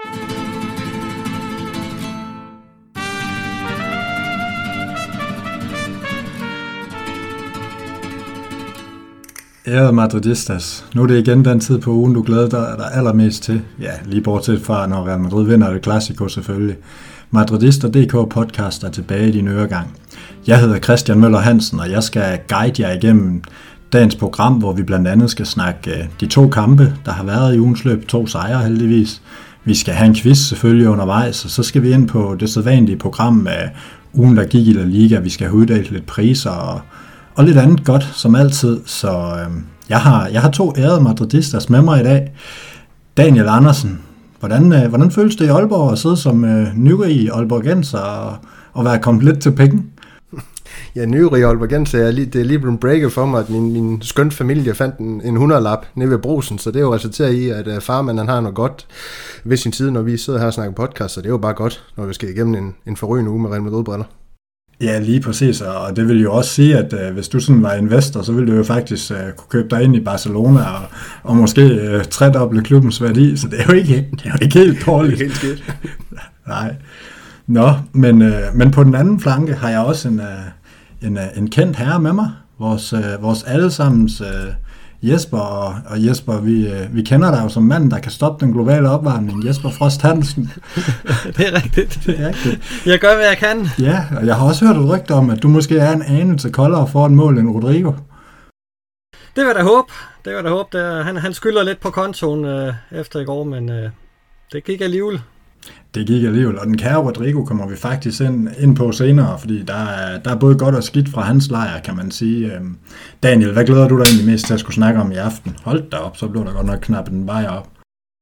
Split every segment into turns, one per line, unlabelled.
Ærede madridistas, nu er det igen den tid på ugen, du glæder dig allermest til. Ja, lige bortset fra, når Real Madrid vinder det Clasico selvfølgelig. Madridister.dk podcast er tilbage i din øregang. Jeg hedder Christian Møller Hansen, og jeg skal guide jer igennem dagens program, hvor vi blandt andet skal snakke de 2 kampe, der har været i ugens løb. 2 sejre heldigvis. Vi skal have en quiz selvfølgelig undervejs, og så skal vi ind på det sædvanlige program med ugen, der gik i La Liga. Vi skal have uddelt lidt priser og lidt andet godt, som altid. Så jeg har 2 ærede madridistas med mig i dag. Daniel Andersen, hvordan føles det i Aalborg at sidde som nyrig aalborgenser og være kommet lidt til penge?
Ja, nyrig aalborgenser, det er lige blevet breaket for mig, at min skønt familie fandt en 100-lap nede ved Brugsen, så det er jo resulteret i, at farmanden har noget godt ved sin side, når vi sidder her og snakker podcast, så det er jo bare godt, når vi skal igennem en forrygende uge med Real Madrid-briller.
Ja, lige præcis, og det vil jo også sige, at hvis du sådan var investor, så ville du jo faktisk kunne købe dig ind i Barcelona og måske tredoble klubbens værdi, så det er jo ikke helt dårligt.
Det er helt skidt.
Nej. Nå, men på den anden flanke har jeg også en kendt herre med mig, vores allesammens Jesper, og Jesper, vi kender dig jo som manden, der kan stoppe den globale opvarmning. Jesper Frost Hansen.
Det er rigtigt. Jeg gør, hvad jeg kan.
Ja, og jeg har også hørt et rygte om, at du måske er en anelse koldere foran mål end Rodrigo.
Det vil jeg da håbe. Han skylder lidt på kontoen efter i går, men det gik alligevel.
Det gik alligevel, og den kære Rodrigo kommer vi faktisk ind på senere, fordi der er både godt og skidt fra hans lejr, kan man sige. Daniel, hvad glæder du dig egentlig mest til at skulle snakke om i aften? Hold da op, så bliver der godt nok knappet den bare op.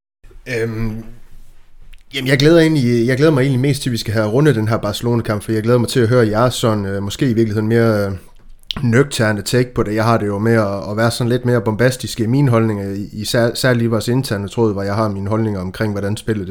Jamen, jeg glæder mig egentlig mest til, at vi skal have rundet den her Barcelona-kamp, for jeg glæder mig til at høre jeres sådan, måske i virkeligheden mere nøgterne take på det. Jeg har det jo med at være sådan lidt mere bombastiske i mine holdninger, særligt i vores interne tråd, hvor jeg har mine holdninger omkring, hvordan spillet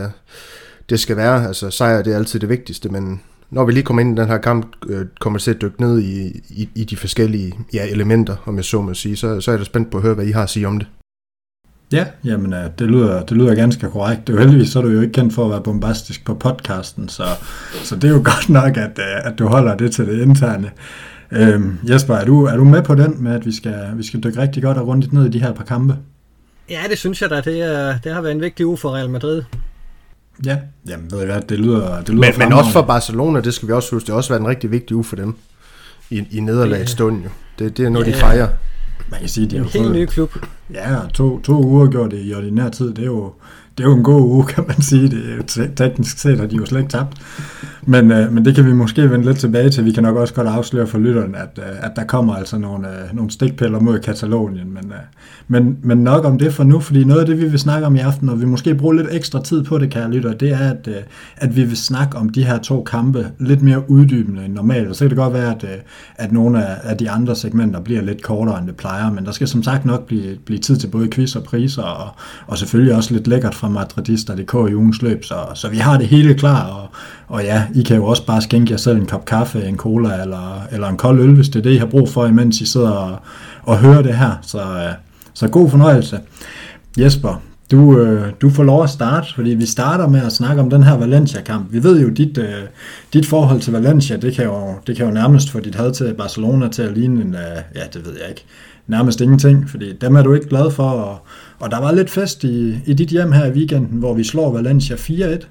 det skal være. Altså sejr, det er altid det vigtigste, men når vi lige kommer ind i den her kamp, kommer til at dykke ned i de forskellige elementer, om jeg så må sige, så er jeg da spændt på at høre, hvad I har at sige om det.
Ja, jamen det lyder ganske korrekt. Det er jo heldigvis, så er du jo ikke kendt for at være bombastisk på podcasten, så det er jo godt nok, at du holder det til det interne. Jesper, er du med på den med, at vi skal dykke rigtig godt og rundt ned i de her par kampe?
Ja, det synes jeg da. Det har været en vigtig uge for Real Madrid.
Ja, jamen ved jeg hvad, det lyder
men også for Barcelona, det skal vi også huske, det har også været en rigtig vigtig uge for dem i nederlagets stund jo. Det er noget, de fejrer.
Man kan sige, det er
en helt ny klub.
Ja, 2 uger gjort det i ordinær tid, det er jo en god uge, kan man sige. Det er jo teknisk set, har de jo slet ikke tabt. Men det kan vi måske vende lidt tilbage til. Vi kan nok også godt afsløre for lytteren, at der kommer altså nogle stikpiller mod Katalonien. Men nok om det for nu, fordi noget af det, vi vil snakke om i aften, og vi måske bruger lidt ekstra tid på det, kære lytter, det er, at vi vil snakke om de her 2 kampe lidt mere uddybende end normalt. Og så kan det godt være, at nogle af de andre segmenter bliver lidt kortere, end det plejer, men der skal som sagt nok blive tid til både quiz og priser, og selvfølgelig også lidt lækkert fra Madridister.dk i ugens løb, så vi har det hele klar, og ja, I kan jo også bare skænke jer selv en kop kaffe, en cola eller en kold øl, hvis det er det, I har brug for, imens I sidder og hører det her, så god fornøjelse. Jesper, du får lov at starte, fordi vi starter med at snakke om den her Valencia-kamp. Vi ved jo, dit forhold til Valencia, det kan jo nærmest få dit had til Barcelona til at ligne det ved jeg ikke, nærmest ingenting, fordi dem er du ikke glad for, og der var lidt fest i dit hjem her i weekenden, hvor vi slår Valencia 4-1,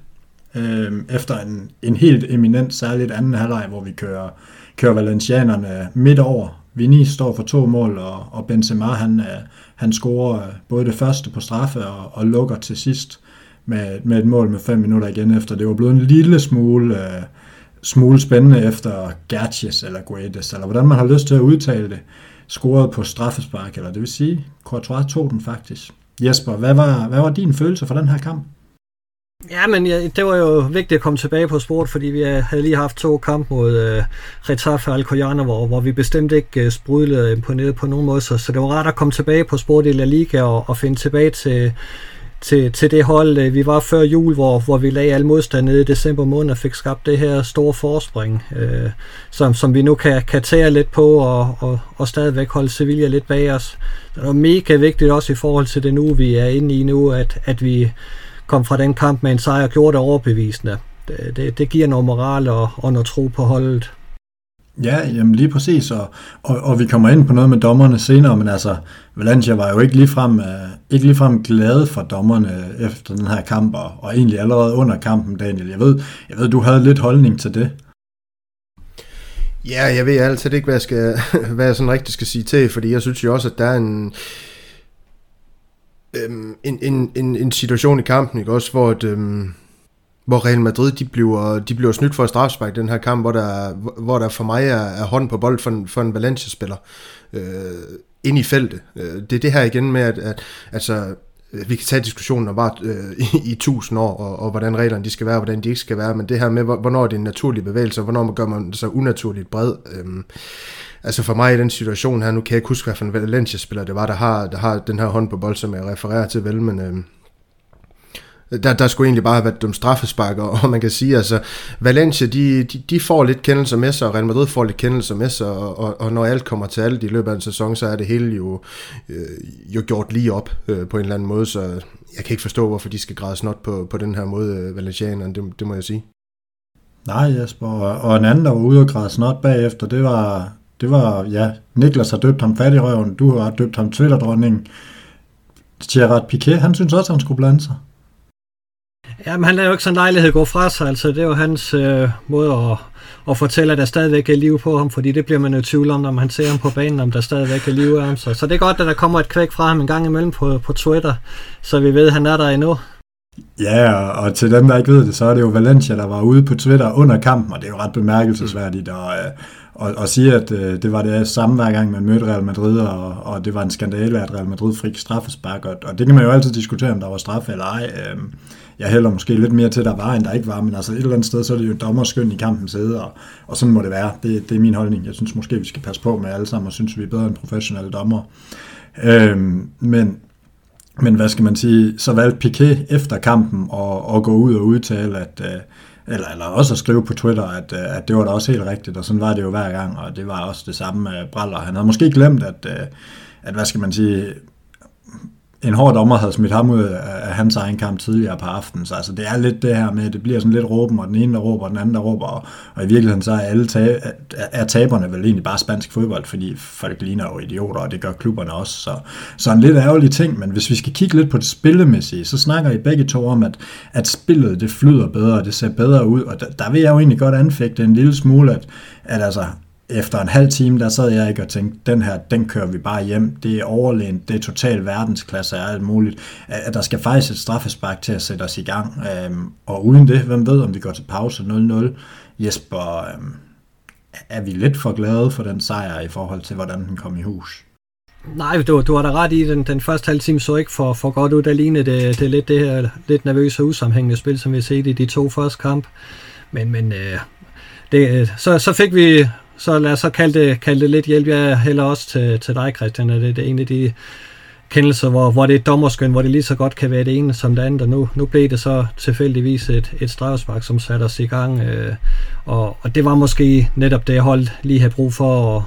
efter en helt eminent, særligt anden halvleg, hvor vi kører valencianerne midt over. Vinicius står for 2 mål, og Benzema han scorer både det første på straffe og lukker til sidst med et mål med 5 minutter igen efter. Det var blevet en lille smule spændende efter Gertjes eller Guedes, eller hvordan man har lyst til at udtale det, scoret på straffespark, eller det vil sige, Courtois tog den faktisk. Jesper, hvad var din følelse for den her kamp?
Ja, men det var jo vigtigt at komme tilbage på sport, fordi vi havde lige haft 2 kampe mod Getafe og Alcoyana, hvor vi bestemt ikke sprudlede imponeret på nogen måde, så det var rart at komme tilbage på sport i La Liga og finde tilbage til det hold. Vi var før jul, hvor vi lagde alle modstand nede i december måned og fik skabt det her store forspring, som vi nu kan tage lidt på og stadigvæk holde Sevilla lidt bag os. Det var mega vigtigt også i forhold til det nu, vi er inde i nu, at vi kom fra den kamp med en sejr, gjorde det overbevisende. Det giver noget moral og noget tro på holdet.
Ja, jamen lige præcis, og vi kommer ind på noget med dommerne senere, men altså, Valencia var jo ikke ligefrem glade for dommerne efter den her kamp, og egentlig allerede under kampen, Daniel. Jeg ved, du havde lidt holdning til det.
Ja, jeg ved altid ikke, hvad jeg sådan rigtig skal sige til, fordi jeg synes jo også, at der er en situation i kampen, ikke også, hvor Real Madrid de bliver snydt for at straffespark den her kamp, hvor der for mig er hånd på bold for en Valencia-spiller ind i feltet. Det er det her igen med, at altså, vi kan tage diskussionen om bare i 1000 år, og hvordan reglerne de skal være, og hvordan de ikke skal være, men det her med, hvornår det er en naturlig bevægelse, og hvornår gør man det så unaturligt bred. Altså for mig i den situation her, nu kan jeg ikke huske, hvad for en Valencia-spiller det var, der har den her hånd på bold, som jeg refererer til vel, men der skulle egentlig bare have været dømt straffespark, og man kan sige, altså Valencia, de får lidt kendelser med sig, og Real Madrid får lidt kendelser med sig, og når alt kommer til alt i løbet af en sæson, så er det hele jo gjort lige op på en eller anden måde, så jeg kan ikke forstå, hvorfor de skal græde snot på den her måde, Valencianerne, det må jeg sige.
Nej, Jesper, og en anden, der var ude og græde snot bagefter, det var, ja, Niklas har døbt ham fat i røven, du har døbt ham Twitter-dronningen. Gerard Piqué, han synes også, han skulle blande sig.
Ja, men han lader jo ikke sådan en lejlighed gå fra sig, altså det er jo hans måde at fortælle, at der stadigvæk er liv på ham, fordi det bliver man jo i tvivl om, når man ser ham på banen, om der stadigvæk er liv af ham. Så det er godt, at der kommer et kvæk fra ham en gang imellem på Twitter, så vi ved, at han er der endnu.
Ja, og til dem, der ikke ved det, så er det jo Valencia, der var ude på Twitter under kampen, og det er jo ret bemærkelsesværdigt at sige, at det var det samme hver gang, man mødte Real Madrid, og det var en skandale, at Real Madrid fik straffespark, og det kan man jo altid diskutere, om der var straffe eller ej. Jeg hælder måske lidt mere til, der var, end der ikke var, men altså et eller andet sted, så er det jo dommerskøn i kampen side, og sådan må det være. Det er min holdning. Jeg synes måske, vi skal passe på med alle sammen, og synes, vi er bedre end professionelle dommer. Men hvad skal man sige, så valgte Piqué efter kampen at gå ud og udtale, at eller også at skrive på Twitter, at det var da også helt rigtigt, og sådan var det jo hver gang, og det var også det samme med Braller. Han havde måske glemt, at hvad skal man sige, en hård dommer havde smidt ham ud af hans egen kamp tidligere på aftenen, så altså det er lidt det her med, det bliver sådan lidt råben, og den ene der råber, og den anden der råber, og i virkeligheden så er taberne vel egentlig bare spansk fodbold, fordi folk ligner jo idioter, og det gør klubberne også, så en lidt ærgerlig ting, men hvis vi skal kigge lidt på det spillemæssige, så snakker I begge to om, at spillet det flyder bedre, det ser bedre ud, og der vil jeg jo egentlig godt anfægte en lille smule, at altså efter en halv time, der sad jeg ikke og tænkte, den kører vi bare hjem. Det er overlænt, det er total verdensklasse og alt muligt. At der skal faktisk et straffespark til at sætte os i gang. Og uden det, hvem ved, om vi går til pause 0-0. Jesper, er vi lidt for glade for den sejr i forhold til, hvordan den kom i hus?
Nej, du har da ret i, den første halve time så ikke for godt ud. Der lignede det er lidt det her lidt nervøse og usammenhængende spil, som vi har set i de to første kamp. Men så fik vi... Så lad os så kalde det lidt hjælp. Jeg hælder også til dig, Christian. Det er en af de kendelser, hvor det er dommerskøn, hvor det lige så godt kan være det ene som det andet. Og nu blev det så tilfældigvis et straffespark, som satte os i gang. Og det var måske netop det, hold lige havde brug for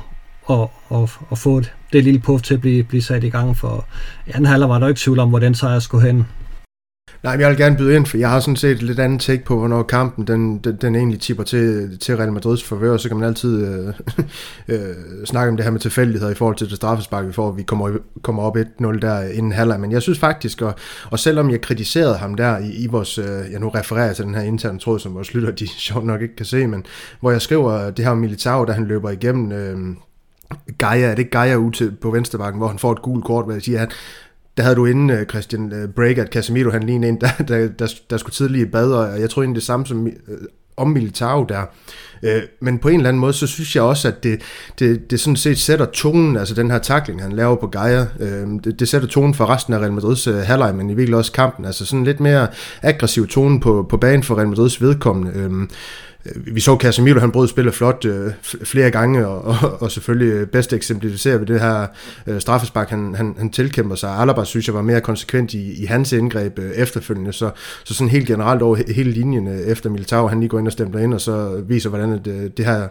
at få det lille puff til at blive sat i gang. For i anden halvleg var der ikke tvivl om, hvor den sejr skulle hen.
Nej, men jeg vil gerne byde ind, for jeg har sådan set et lidt andet take på, hvornår kampen den egentlig tipper til Real Madrids favør, så kan man altid snakke om det her med tilfældigheder i forhold til det straffespark, vi får, vi kommer op 1-0 der inden halvleg, men jeg synes faktisk, og selvom jeg kritiserede ham der i vores, jeg nu refererer til den her interne tråd, som vores lytter, de sjovt nok ikke kan se, men hvor jeg skriver det her om Militao, da han løber igennem Gaia, er det ikke Gaia ud på venstrebakken, hvor han får et gult kort, hvor jeg siger, der havde du inden, Christian, break, at Casemiro han lignede en, der skulle tidligere i bad, og jeg tror egentlig det samme som om Militao der. Men på en eller anden måde, så synes jeg også, at det sådan set sætter tonen, altså den her tackling, han laver på Gaia, det sætter tonen for resten af Real Madrids halvleg, men i virkelig også kampen, altså sådan lidt mere aggressiv tone på banen for Real Madrids vedkommende. vi så Casemiro, han brød spillet flot flere gange, og selvfølgelig bedst eksemplificerer ved det her straffespark, han tilkæmper sig. Alaba synes jeg var mere konsekvent i hans indgreb efterfølgende, så sådan helt generelt over hele linjen efter Militao, han lige går ind og stempler ind, og så viser, hvordan det her,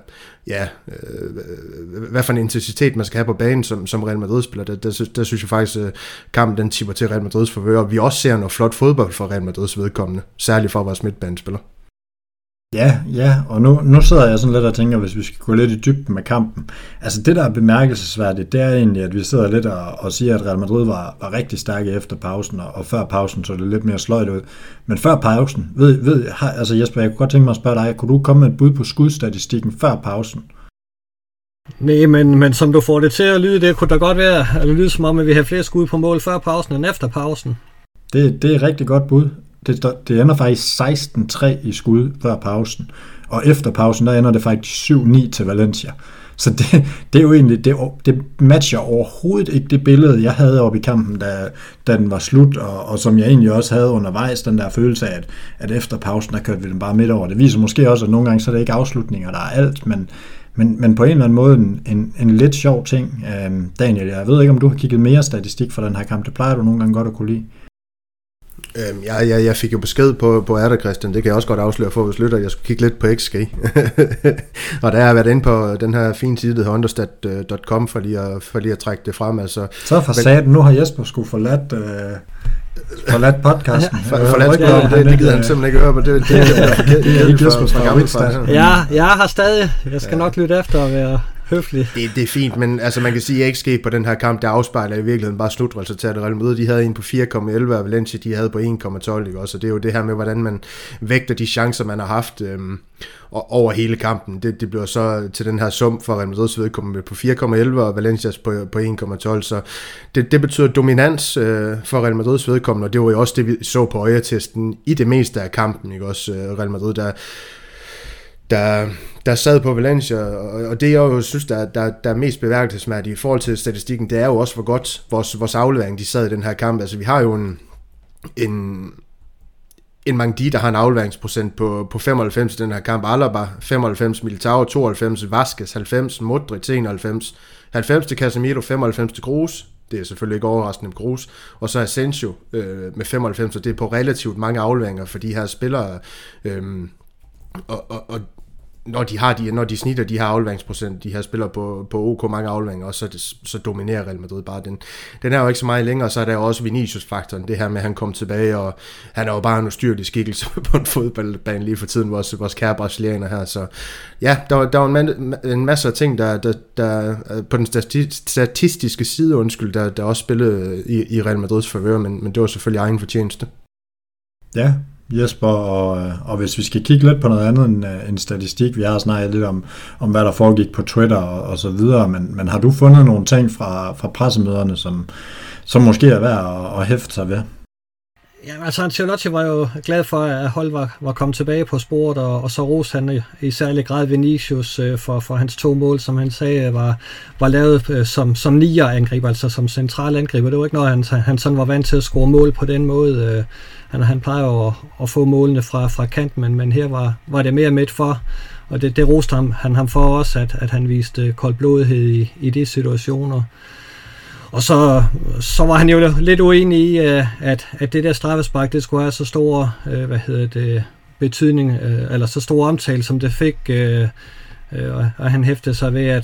hvad for en intensitet man skal have på banen som Real Madrid-spiller. Der synes jeg faktisk, kampen den tipper til Real Madrids favør, og vi også ser noget flot fodbold for Real Madrids vedkommende, særligt for vores midtbanespiller.
Ja, og nu sidder jeg sådan lidt og tænker, hvis vi skal gå lidt i dybden med kampen. Altså det, der er bemærkelsesværdigt, det er egentlig, at vi sidder lidt og siger, at Real Madrid var rigtig stærke efter pausen, og før pausen så det lidt mere sløjt ud. Men før pausen, altså Jesper, jeg kunne godt tænke mig at spørge dig, kunne du komme med et bud på skudstatistikken før pausen?
Nej, men som du får det til at lyde, det kunne da godt være, at det lyder som om, at vi har flere skud på mål før pausen end efter pausen. Det er
et rigtig godt bud. Det ender faktisk 16-3 i skud før pausen, og efter pausen, der ender det faktisk 7-9 til Valencia. Så det er jo egentlig, det matcher overhovedet ikke det billede, jeg havde oppe i kampen, da den var slut, og som jeg egentlig også havde undervejs, den der følelse af, at efter pausen, der kørte vi den bare midt over. Det viser måske også, at nogle gange så er det ikke afslutninger, der er alt, men på en eller anden måde en lidt sjov ting. Daniel, jeg ved ikke, om du har kigget mere statistik for den her kamp, det plejer du nogle gange godt at kunne lide.
Jeg fik jo besked på Adder Christian, det kan jeg også godt afsløre for, hvis lytter, jeg skulle kigge lidt på XG. Og der har jeg været inde på den her fine side, der hedder understat.com, for lige at trække det frem. Altså,
så for satan, nu har Jesper sgu forladt podcasten.
Det gider han simpelthen ikke høre på. Det er ikke Jespers for gammel for.
Jeg har stadig, jeg skal nok lytte efter og være høflig.
Det er fint, men altså man kan sige, at XG på den her kamp, der afspejler i virkeligheden bare slutresultatet. Real Madrid, de havde en på 4,11, og Valencia, de havde på 1,12, ikke? Så det er jo det her med, hvordan man vægter de chancer, man har haft over hele kampen. Det bliver så til den her sum for Real Madrids vedkommende på 4,11, og Valencias på 1,12, så det betyder dominans for Real Madrids vedkommende, og det var jo også det, vi så på øjetesten i det meste af kampen, ikke? Også Real Madrid, der sad på Valencia, og det jeg jo synes, der er mest bemærkelsesværdigt i forhold til statistikken, det er jo også, hvor godt vores aflevering, de sad i den her kamp. Altså vi har jo en Mangdi, der har en afleveringsprocent på 95 i den her kamp, Alaba 95, Militao 92, Vázquez 90, Modric 91, 90 til Casemiro, 95 til Kroos, det er selvfølgelig ikke overraskende med Kroos, og så Asensio med 95, og det er på relativt mange afleveringer for de her spillere, og når de snitter de her afleveringsprocent, de her spiller på OK mange afleveringer, og så dominerer Real Madrid bare den er jo ikke så meget længere, så er der jo også Vinicius-faktoren, det her med, at han kom tilbage, og han er jo bare en ustyrlig skikkelse på en fodboldbane lige for tiden, vores kære brasilianer her, så ja, der var en masse af ting, der på den statistiske side, der også spillede i Real Madrids favør, men det var selvfølgelig egen fortjeneste.
Ja, Jesper, og hvis vi skal kigge lidt på noget andet end statistik, vi har snakket lidt om hvad der foregik på Twitter og så videre, men har du fundet nogle ting fra pressemøderne, som måske er værd at hæfte sig ved?
Ja, altså Ancelotti var jo glad for, at hold var kommet tilbage på sporet, og så roste han i særlig grad Vinicius for hans 2 mål, som han sagde var lavet som nier-angriber, altså som central angriber. Det var ikke noget, han sådan var vant til at score mål på den måde. Han plejer jo at få målene fra kanten, men her var det mere midt for, og det roste han for også, at han viste koldblodighed i de situationer. Og så var han jo lidt uenig i, at det der straffespark, det skulle have så stor betydning, eller så stor omtale, som det fik, og han hæftede sig ved,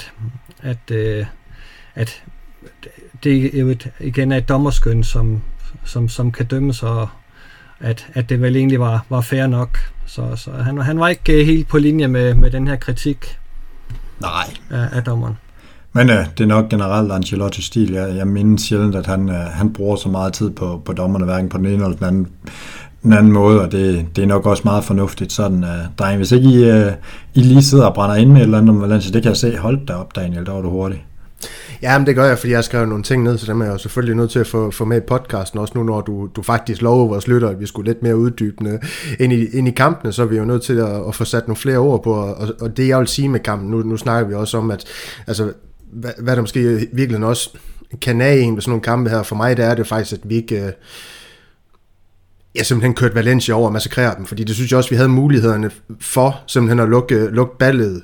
at det jo igen er et dommerskøn, som kan dømmes, og at det vel egentlig var fair nok. Så han var ikke helt på linje med den her kritik af dommeren.
Men det er nok generelt Ancelottis stil. Jeg mindes sjældent, at han bruger så meget tid på dommerne, hverken på den ene eller den anden måde, og det er nok også meget fornuftigt sådan. Dreng, hvis ikke I lige sidder og brænder ind med et eller andet om Valencia, det kan jeg se. Hold da op, Daniel, der var du hurtig.
Ja, men det gør jeg, fordi jeg har skrevet nogle ting ned, så dem er jeg jo selvfølgelig nødt til at få med i podcasten, også nu når du faktisk lover vores lytter, at vi skulle lidt mere uddybende ind i kampene, så er vi jo nødt til at få sat nogle flere ord på, og det jeg vil sige med kampen, nu snakker vi også om, at altså, hvad der måske virkelig også kan nage en med sådan nogle kampe her, for mig der er det faktisk, at vi jeg simpelthen kørte Valencia over og massakrere dem, fordi det synes jeg også, vi havde mulighederne for simpelthen at lukke ballet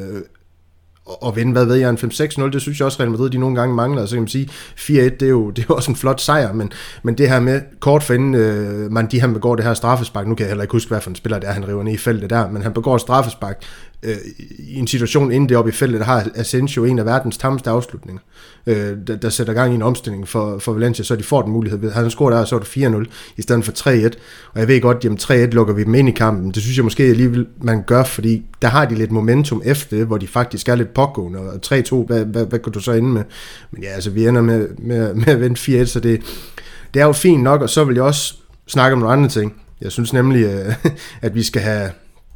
og vinde, hvad ved jeg, en 5-6-0, det synes jeg også, Real Madrid, de nogle gange mangler, så kan man sige, 4-1, det er jo også en flot sejr, men det her med, kort for inden han begår det her straffespark, nu kan jeg heller ikke huske, hvad for en spiller det er, han river ned i feltet der, men han begår straffespark i en situation inden det oppe i feltet, der har Asensio en af verdens tammeste afslutninger, der sætter gang i en omstilling for Valencia, så de får den mulighed. Han scorer der, så er det 4-0 i stedet for 3-1, og jeg ved godt, jamen 3-1 lukker vi dem ind i kampen. Det synes jeg måske alligevel, man gør, fordi der har de lidt momentum efter det, hvor de faktisk er lidt pågående, og 3-2, hvad kan du så ende med? Men ja, altså vi ender med at vinde 4-1, så det er jo fint nok, og så vil jeg også snakke om nogle andre ting. Jeg synes nemlig, at vi skal have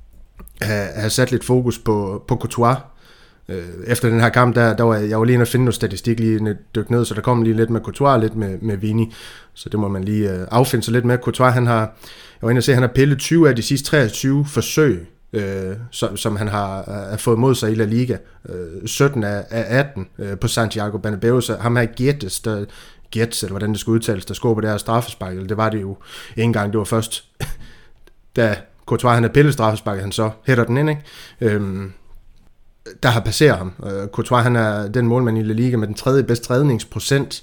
sat lidt fokus på Courtois. Efter den her kamp, der var jeg var lige inde at finde noget statistik, lige dykke ned, så der kom lige lidt med Courtois og lidt med Vini, så det må man lige affinde sig lidt med. Courtois, han har pillet 20 af de sidste 23 forsøg, som han har fået mod sig i La Liga, 17 af 18 på Santiago Bernabeu, så ham her Gets, eller hvordan det skulle udtales, der scorer på det her straffespark, det var det jo ikke engang, det var først, da Courtois, han har pillet straffesparket, han så hætter den ind, ikke? Der har passeret ham. Courtois, han er den målmand i La Liga med den tredje bedste redningsprocent,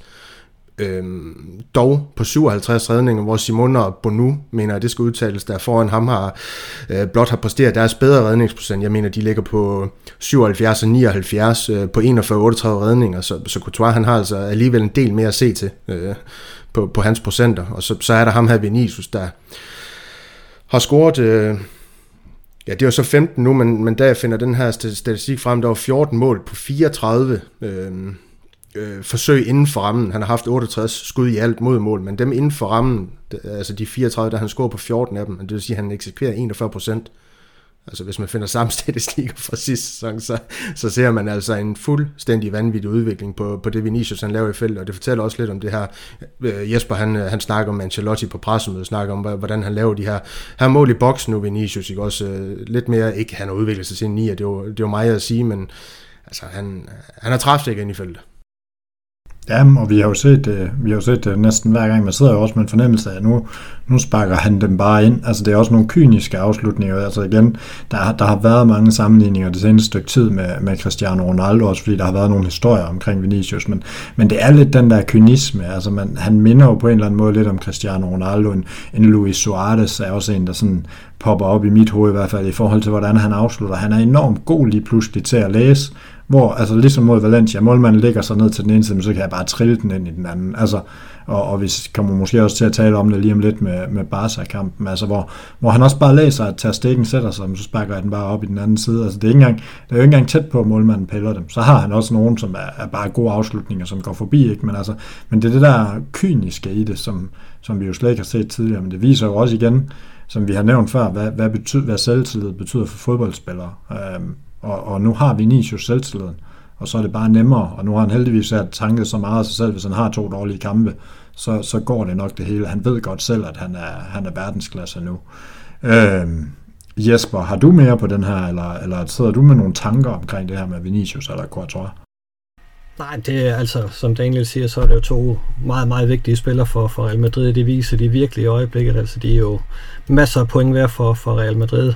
dog på 57 redninger, hvor Simon og Bonu, mener jeg, det skal udtales, der foran ham blot har præsteret deres bedre redningsprocent. Jeg mener, de ligger på 77 og 79 på 41-38 redninger, så Courtois, han har altså alligevel en del mere at se til på hans procenter. Og så er der ham her Vinicius, der har scoret... Ja, det er jo så 15 nu, men da jeg finder den her statistik frem, der var 14 mål på 34 forsøg inden for rammen. Han har haft 68 skud i alt mod mål, men dem inden for rammen, altså de 34, der han scorer på 14 af dem, det vil sige, at han eksekverer 41%. Altså hvis man finder samme statistikker fra sidste sæson, så ser man altså en fuldstændig vanvittig udvikling på det Vinicius, han laver i feltet, og det fortæller også lidt om det her. Jesper, han snakker om Ancelotti på pressemødet, snakker om, hvordan han laver de her mål i boksen nu, Vinicius, ikke? Også lidt mere, ikke han har udviklet sig til en 9, det er jo mig at sige, men altså, han har træfsikker ind i feltet.
Ja, og vi har jo set det næsten hver gang. Man sidder jo også med en fornemmelse af, at nu sparker han dem bare ind. Altså det er også nogle kyniske afslutninger. Altså igen, der har været mange sammenligninger det seneste stykke tid med Cristiano Ronaldo, også fordi der har været nogle historier omkring Vinicius. Men det er lidt den der kynisme. Altså han minder jo på en eller anden måde lidt om Cristiano Ronaldo. En Luis Suarez er også en, der sådan popper op i mit hoved i hvert fald i forhold til, hvordan han afslutter. Han er enormt god lige pludselig til at læse, hvor, altså ligesom mod Valencia, målmanden ligger sig ned til den ene side, så kan jeg bare trille den ind i den anden. Altså, og vi kommer måske også til at tale om det lige om lidt med Barca-kampen, altså hvor han også bare læser, at Ter Stegen sætter sig, så sparker jeg den bare op i den anden side. Altså det er jo ikke engang tæt på, at målmanden piller dem. Så har han også nogen, som er bare gode afslutninger, som går forbi, ikke? Men det er det der kyniske i det, som vi jo slet ikke har set tidligere, men det viser jo også igen, som vi har nævnt før, hvad selvtillid betyder for fodboldspillere. Og nu har Vinicius selvtilliden, og så er det bare nemmere, og nu har han heldigvis tanket så meget af sig selv, hvis han har 2 dårlige kampe, så går det nok det hele. Han ved godt selv, at han er verdensklasse nu. Jesper, har du mere på den her, eller sidder du med nogle tanker omkring det her med Vinicius eller Courtois?
Nej, det er altså, som Daniel siger, så er det jo 2 meget, meget vigtige spillere for Real Madrid. Det viser de virkelig i øjeblikket. Altså, de er jo masser af point værd for Real Madrid.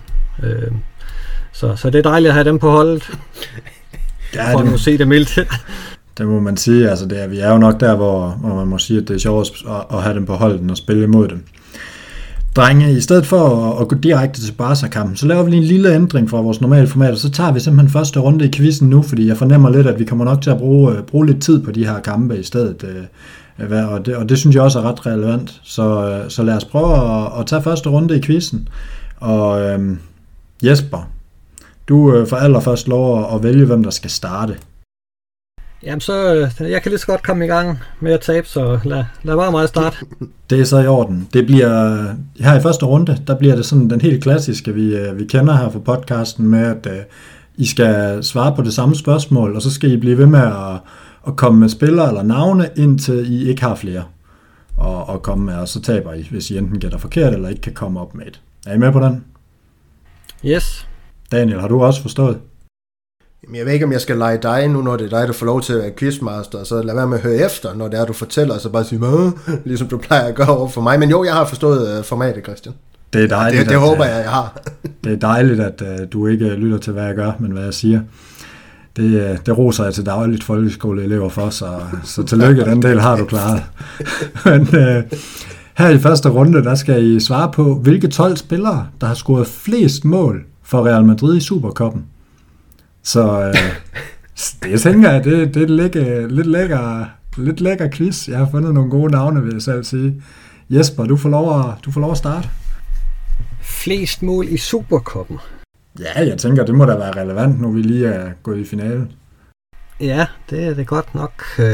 Så det er dejligt at have dem på holdet. Ja, for at se det mildt.
Det må man sige. Altså vi er jo nok der, hvor man må sige, at det er sjovt at have dem på holdet og spille imod dem. Drenge, i stedet for at gå direkte til Barca-kampen, så laver vi lige en lille ændring fra vores normale format, og så tager vi simpelthen første runde i quizzen nu, fordi jeg fornemmer lidt, at vi kommer nok til at bruge lidt tid på de her kampe i stedet. Og det synes jeg også er ret relevant. Så lad os prøve at tage første runde i quizzen. Og Jesper, du får allerførst lov at vælge, hvem der skal starte.
Jamen så, jeg kan lige så godt komme i gang med at tabe, så lad bare mig starte.
Det er så i orden. Det bliver, her i første runde, der bliver det sådan den helt klassiske, vi kender her fra podcasten med, at I skal svare på det samme spørgsmål, og så skal I blive ved med at komme med spillere eller navne, indtil I ikke har flere og komme med, og så taber I, hvis I enten gætter forkert, eller ikke kan komme op med et. Er I med på den?
Yes.
Daniel, har du også forstået?
Jamen, jeg ved ikke, om jeg skal lege dig nu, når det er dig, der får lov til at være quizmaster, og så lad være med at høre efter, når det er, du fortæller, og så bare sige, hvad? Ligesom du plejer at gøre over for mig. Men jo, jeg har forstået formatet, Christian.
Det er dejligt.
Det håber jeg har.
Det er dejligt, at du ikke lytter til, hvad jeg gør, men hvad jeg siger. Det roser jeg til dagligt folkeskoleelever for, så tillykke, den del har du klaret. Men her i første runde, der skal I svare på, hvilke 12 spillere, der har scoret flest mål for Real Madrid i Supercuppen. Så det tænker jeg, det er lidt lækker quiz. Jeg har fundet nogle gode navne, vil jeg selv sige. Jesper, du får lov at starte.
Flest mål i Supercuppen?
Ja, jeg tænker, det må da være relevant, når vi lige er gået i finale.
Ja, det er det godt nok.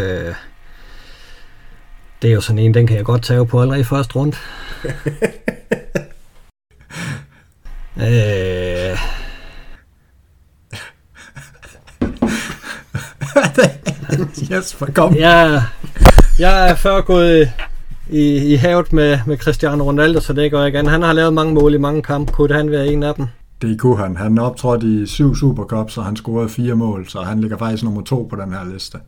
Det er jo sådan en, den kan jeg godt tage på allerede i første runde.
Jesper, kom.
Jeg er før gået i havet med Cristiano Ronaldo, så det gør jeg igen. Han har lavet mange mål i mange kampe. Kunne han være en af dem?
Det kunne han. Han optrådte i 7 Supercups, og han scorede 4 mål, så han ligger faktisk nummer 2 på den her liste.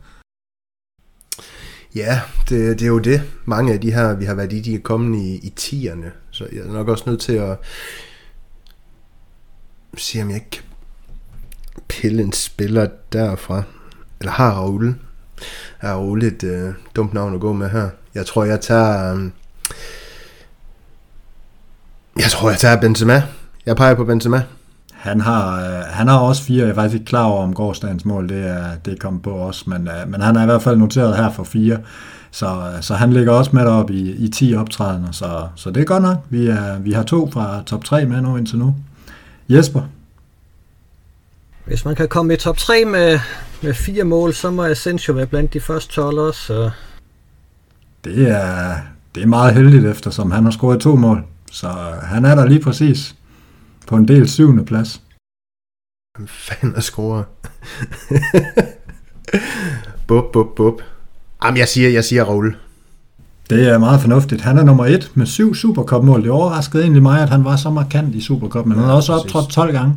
Ja, det er jo det. Mange af de her, vi har været i, de er kommet i 10'erne, så jeg er nok også nødt til at se, om jeg ikke kan pille en spiller derfra. Eller har Raul. Er Raul et dumt navn at gå med her? Jeg tror, jeg tager Benzema. Jeg peger på Benzema.
Han har også 4. Jeg er faktisk ikke klar over, om gårsdagens mål det er kommet på os, men han er i hvert fald noteret her for 4. Så han ligger også med op i 10 optrædener, så det er godt nok. Vi har 2 fra top 3 med nu indtil nu. Jesper?
Hvis man kan komme i top 3 med 4 mål, så må Asensio være blandt de første 12 også.
Det er meget heldigt, eftersom han har scoret 2 mål. Så han er der lige præcis på en del 7. plads.
Hvem fanden er scorer? Bub. Jamen, jeg siger Raul.
Det er meget fornuftigt. Han er nummer 1 med 7 Supercup-mål. Det overraskede egentlig mig, at han var så markant i Supercup, men han har også optrådt 12 gange.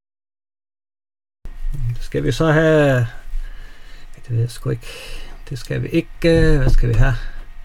Skal vi så have... Det ved jeg sgu ikke. Det skal vi ikke. Hvad skal vi have?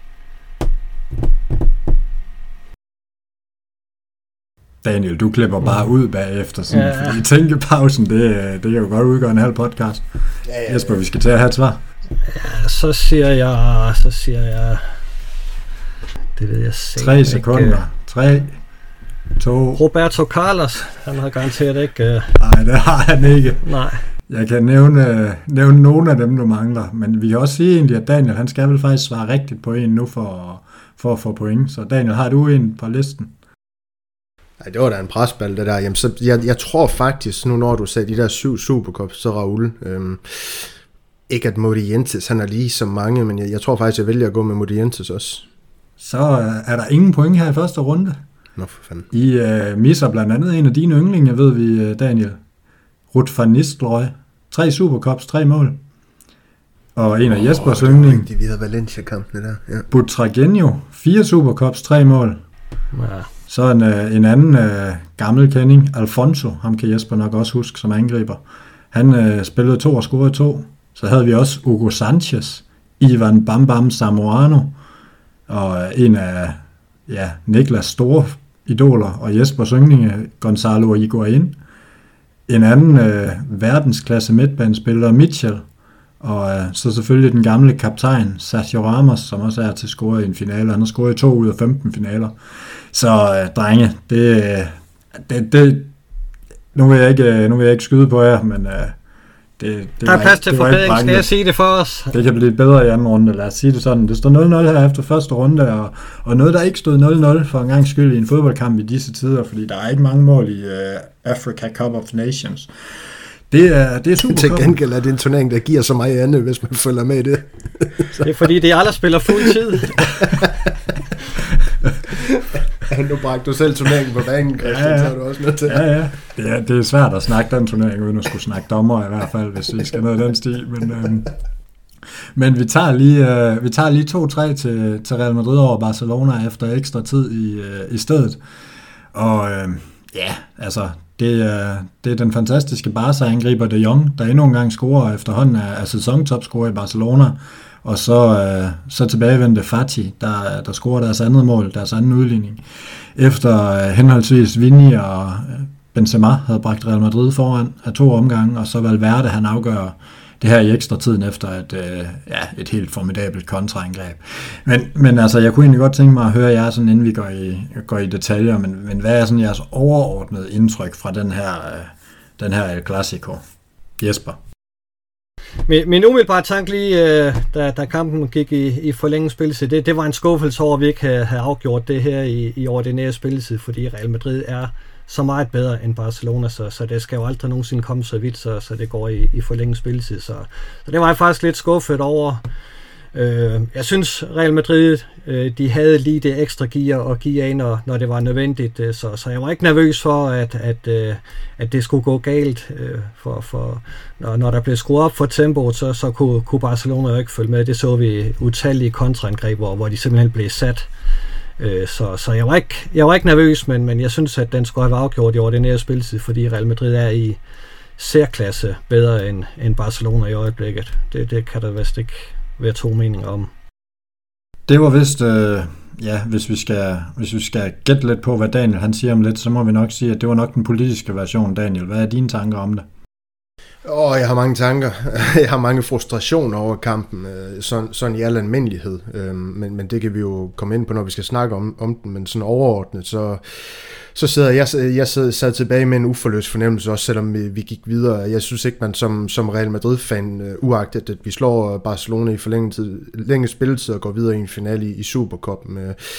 Daniel, du klipper bare ud bagefter, sådan, fordi tænkepausen, det kan jo godt udgøre en halv podcast. Ja. Jesper, vi skal til at have et svar.
Ja, så siger jeg... Det ved jeg sikkert
3 sekunder. 3, 2...
Roberto Carlos, han har garanteret ikke...
Nej, det har han ikke.
Nej.
Jeg kan nævne nogle af dem, du mangler, men vi kan også sige egentlig, at Daniel, han skal vel faktisk svare rigtigt på en nu for at få point. Så Daniel, har du en på listen?
Nej, det var da en presball, det der. Jamen, så jeg tror faktisk, nu når du sagde de der 7 Supercups, så Raul. Ikke at Modientes, han er lige så mange, men jeg tror faktisk, jeg vælger at gå med Modientes også.
Så er der ingen point her i første runde.
Nå, for fanden.
I misser blandt andet en af dine yndlinge, ved vi, Daniel. Ruud van Nistelrooy. 3 Supercups, 3 mål. Og en af Jespers yndling.
Vi havde Valencia-kampene der. Ja.
Butragueño. 4 Supercups, 3 mål.
Ja.
Så en anden gammel kending, Alfonso, ham kan Jesper nok også huske som angriber. Han spillede 2 og scorede 2. Så havde vi også Hugo Sanchez, Ivan Bam Zamorano, og en af Niklas store idoler og Jespers yndlinge, Gonzalo Higuain. En anden verdensklasse midtbanespiller, Mitchell, og så selvfølgelig den gamle kaptajn, Sergio Ramos, som også er til scoret i en finale. Han har scoret i 2 ud af 15 finaler. Så drenge, nu vil jeg ikke skyde på jer, men
der er plads til forbedring, skal jeg sige det for os?
Det kan blive bedre i anden runde, lad os sige det sådan. Det står 0-0 her efter første runde, og noget, der ikke stod 0-0 for en gang skyld i en fodboldkamp i disse tider, fordi der er ikke mange mål i Africa Cup of Nations. Det er super.
Til gengæld er det en turnering, der giver så meget andet, hvis man følger med i det.
Det er fordi, det aldrig spiller fuld tid.
Nu bragte du selv turneringen på banen, Christian, så er du også nødt til.
Ja. Det er svært at snakke den turnering, uden at skulle snakke dommer i hvert fald, hvis vi skal ned i den stil. Men vi tager lige 2-3 til Real Madrid over Barcelona efter ekstra tid i stedet. Og altså, Det er den fantastiske Barca-angriber De Jong, der endnu en gang scorer efterhånden af sæsontopscorer i Barcelona, og så tilbagevendte Fati, der scorer deres andet mål, deres anden udligning, efter henholdsvis Vini og Benzema havde bragt Real Madrid foran af 2 omgange, og så Valverde, han afgør det her i ekstra tiden efter et helt formidabelt kontraangreb. Men altså, jeg kunne egentlig godt tænke mig at høre jer, sådan, inden vi går i detaljer, men hvad er sådan jeres overordnede indtryk fra den her El Clasico? Jesper?
Min umiddelbare tanke lige, da kampen gik i forlænget spilletid, det var en skuffelse over, at vi ikke havde afgjort det her i ordinære spilletid, fordi Real Madrid er så meget bedre end Barcelona, så det skal jo aldrig nogensinde komme så vidt, så det går i forlænget spilletid. Så det var jeg faktisk lidt skuffet over. Jeg synes, Real Madrid, de havde lige det ekstra gear at give af, når det var nødvendigt, så jeg var ikke nervøs for, at det skulle gå galt, for når der blev skruet op for tempoet, så kunne Barcelona jo ikke følge med. Det så vi utallige kontraangreb, hvor de simpelthen blev sat. Så jeg var ikke nervøs, men jeg synes, at den skulle have afgjort i ordinære spilletid, fordi Real Madrid er i særklasse bedre end Barcelona i øjeblikket. Det kan der vist ikke være 2 meninger om.
Det var vist, hvis vi skal gætte lidt på, hvad Daniel han siger om lidt, så må vi nok sige, at det var nok den politiske version, Daniel. Hvad er dine tanker om det?
Jeg har mange tanker. Jeg har mange frustrationer over kampen, sådan i al almindelighed. Men det kan vi jo komme ind på, når vi skal snakke om den. Men sådan overordnet, så sidder jeg sad tilbage med en uforløst fornemmelse, også selvom vi gik videre. Jeg synes ikke, man som Real Madrid-fan, uagtet at vi slår Barcelona i forlænget spilletid og går videre i en finale i Supercuppen,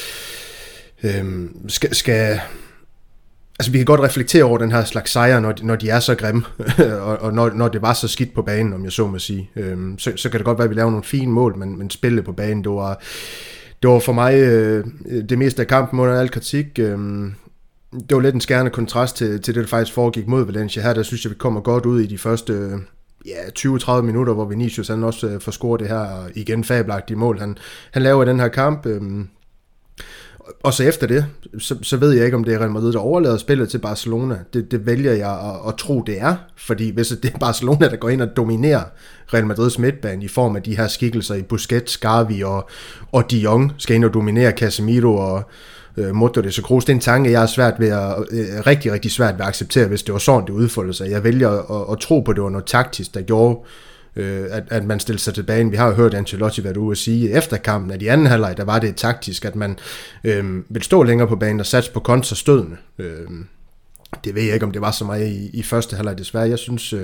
skal... Altså, vi kan godt reflektere over den her slags sejre, når de er så grimme, og når det var så skidt på banen, om jeg så må sige. Så kan det godt være, at vi laver nogle fine mål, men spillet på banen, det var for mig det meste af kampen under al kritik. Det var lidt en skærende kontrast til det, der faktisk foregik mod Valencia. Her, der synes jeg, vi kommer godt ud i de første 20-30 minutter, hvor Vinicius han også får scoret det her igen fabelagtige mål. Han laver den her kamp. Og så efter det, så ved jeg ikke, om det er Real Madrid, der overlader spillet til Barcelona. Det vælger jeg at tro, det er. Fordi hvis det er Barcelona, der går ind og dominerer Real Madrids midtbane i form af de her skikkelser i Busquets, Gavi og De Jong, skal ind og dominere Casemiro og Modric og Kroos. Det er en tanke, jeg er rigtig, rigtig svært ved at acceptere, hvis det var sådan, det udfoldede sig. Jeg vælger at tro på, at det var noget taktisk, der gjorde, at man stiller sig tilbage. Vi har jo hørt Ancelotti være ude at sige efter kampen, at i anden halvleg, der var det taktisk, at man vil stå længere på banen og satse på kontrastødene. Det ved jeg ikke, om det var så meget i første halvleg, desværre. Jeg synes...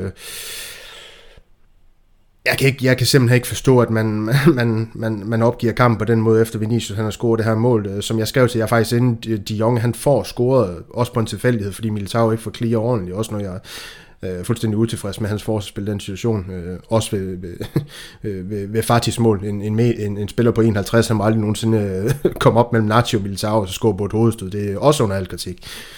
Jeg kan simpelthen ikke forstå, at man opgiver kampen på den måde, efter Vinicius han har scoret det her mål. Som jeg skrev til jer faktisk, inden De Jong han får scoret, også på en tilfældighed, fordi Militao ikke får clear ordentligt, også når jeg fuldstændig utilfreds med hans forsvarsspil i den situation. Også ved Fatis mål. En spiller på 51, han må aldrig nogensinde komme op mellem Nacho og Militao og så score på et hovedstød. Det er også under al kritik.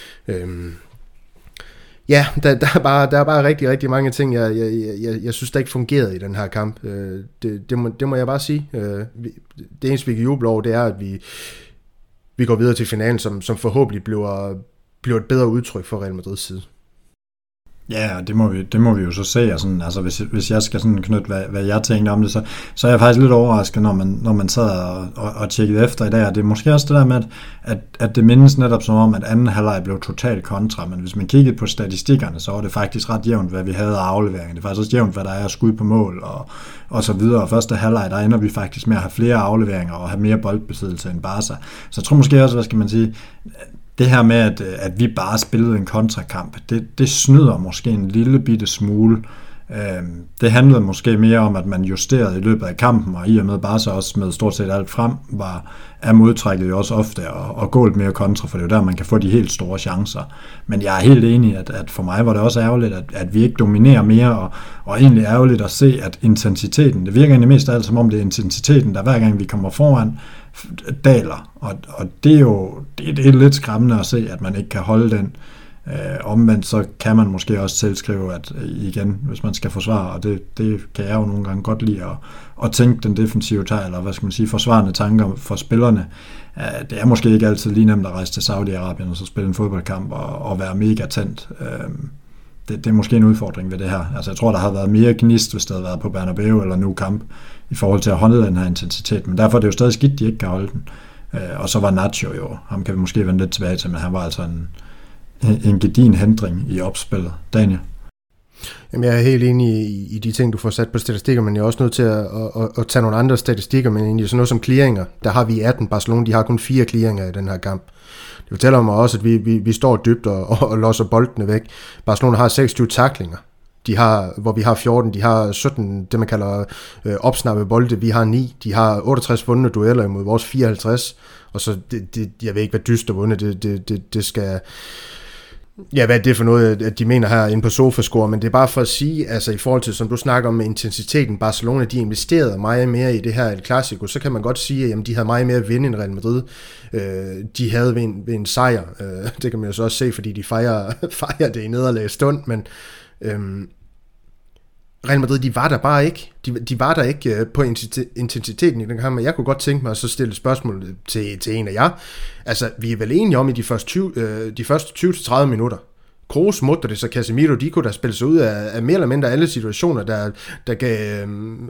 Ja, der er bare rigtig, rigtig mange ting, jeg synes, der ikke fungerede i den her kamp. Det må jeg bare sige. Det eneste, vi kan juble over, det er, at vi går videre til finalen, som forhåbentlig bliver et bedre udtryk for Real Madrids side.
Ja, det må vi jo så se. Og sådan, altså hvis jeg skal sådan knytte, hvad jeg tænkte om det, så er jeg faktisk lidt overrasket, når man sad og tjekkede efter i dag. Og det er måske også det der med, at det mindes netop som om, at anden halvleg blev totalt kontra. Men hvis man kiggede på statistikkerne, så var det faktisk ret jævnt, hvad vi havde af afleveringer. Det er faktisk også jævnt, hvad der er skud på mål og så videre. Og første halvleg, der ender vi faktisk med at have flere afleveringer og have mere boldbesiddelse end Barca. Så jeg tror måske også, hvad skal man sige... Det her med, at vi bare spillede en kontrakamp, det snyder måske en lille bitte smule. Det handlede måske mere om, at man justerede i løbet af kampen, og i og med bare så også med stort set alt frem, er modtrækket jo også ofte og gå lidt mere kontra, for det er jo der, man kan få de helt store chancer. Men jeg er helt enig, at for mig var det også ærgerligt, at vi ikke dominerer mere, og egentlig ærgerligt at se, at intensiteten, det virker egentlig mest af alt som om det er intensiteten, der hver gang vi kommer foran, daler, og det er jo det er lidt skræmmende at se, at man ikke kan holde den. Omvendt så kan man måske også tilskrive, at igen, hvis man skal forsvare, og det kan jeg jo nogle gange godt lide at tænke den defensive tegl, eller hvad skal man sige, forsvarende tanker for spillerne, det er måske ikke altid lige nemt at rejse til Saudi-Arabien og så spille en fodboldkamp og være mega tændt. Det er måske en udfordring ved det her. Altså jeg tror, der har været mere gnist, hvis det havde været på Bernabeu eller Nou Camp, i forhold til at holde den her intensitet. Men derfor er det jo stadig skidt, de ikke kan holde den. Og så var Nacho jo, ham kan vi måske vende lidt tilbage til, men han var altså en gedigen hindring i opspillet. Daniel?
Jamen, jeg er helt enig i de ting, du får sat på statistikker, men jeg er også nødt til at tage nogle andre statistikker, men egentlig sådan noget som clearinger. Der har vi 18, Barcelona, de har kun 4 clearinger i den her kamp. Det fortæller mig også, at vi står dybt og losser boldene væk. Barcelona har 26 tacklinger, hvor vi har 14, de har 17, det man kalder opsnappede bolde, vi har 9, de har 68 vundne dueller imod vores 54, og så, jeg ved ikke, hvad dyster vundet, det skal... Ja, hvad er det for noget, at de mener her inde på SofaScore, men det er bare for at sige, altså i forhold til, som du snakker om med intensiteten, Barcelona, de investerede meget mere i det her El Clasico, så kan man godt sige, at jamen, de havde meget mere at vinde end Real Madrid. De havde ved en sejr, det kan man jo så også se, fordi de fejrer det i nederlag stund, men Real Madrid, de var der bare ikke. De var der ikke på intensiteten i den kamp, men jeg kunne godt tænke mig at så stille spørgsmål til en af jer. Altså, vi er vel enige om i de første 20-30 minutter. Kroos, Modric og Casemiro, de kunne da spille sig ud af mere eller mindre alle situationer, der gav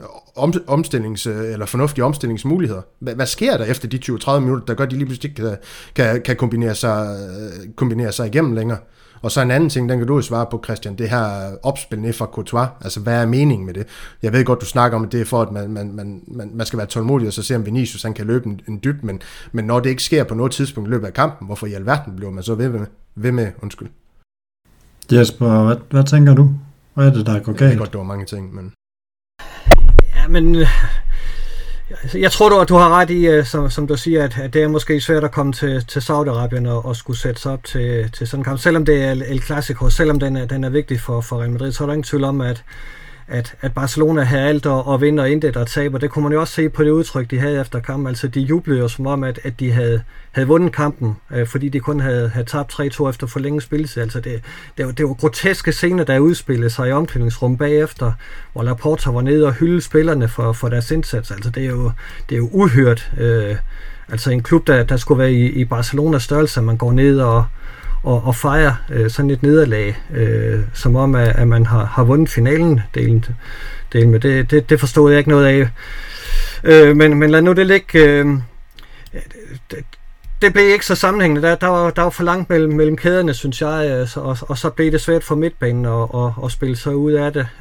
eller fornuftige omstillingsmuligheder. Hvad sker der efter de 20-30 minutter, der gør, at de lige pludselig kan kombinere sig igennem længere? Og så en anden ting, den kan du jo svare på, Christian, det her opspil ned fra Courtois. Altså, hvad er meningen med det? Jeg ved godt, du snakker om, at det er for, at man skal være tålmodig, og så se, om Vinicius han kan løbe en dyb, men når det ikke sker på noget tidspunkt i løbet af kampen, hvorfor i alverden bliver man så ved med? Undskyld.
Jesper, hvad tænker du? Hvad er det, der går galt?
Jeg ved godt, det var mange ting, men...
Ja, men... Jeg tror, du har ret i, som du siger, at det er måske svært at komme til Saudi-Arabien og skulle sætte sig op til sådan en kamp. Selvom det er El Clasico, selvom den er vigtig for Real Madrid, så er der ingen tvivl om, at Barcelona havde alt og vinder og intet at tabe. Det kunne man jo også se på det udtryk, de havde efter kampen. Altså, de jublede jo som om, at de havde vundet kampen, fordi de kun havde tabt 3-2 efter for længe spilletid. Altså, det var groteske scener, der udspillede sig i omklædningsrum bagefter, hvor Laporta var nede og hyldede spillerne for deres indsats. Altså, det er jo uhørt. Altså, en klub, der skulle være i Barcelonas størrelse, man går ned og fejre sådan et nederlag, som om, at man har vundet finalen delen med. Det forstod jeg ikke noget af. Men lad nu det ligge. Det blev ikke så sammenhængende. Der var for langt mellem kæderne, synes jeg, og så blev det svært for midtbanen at spille sig ud af det.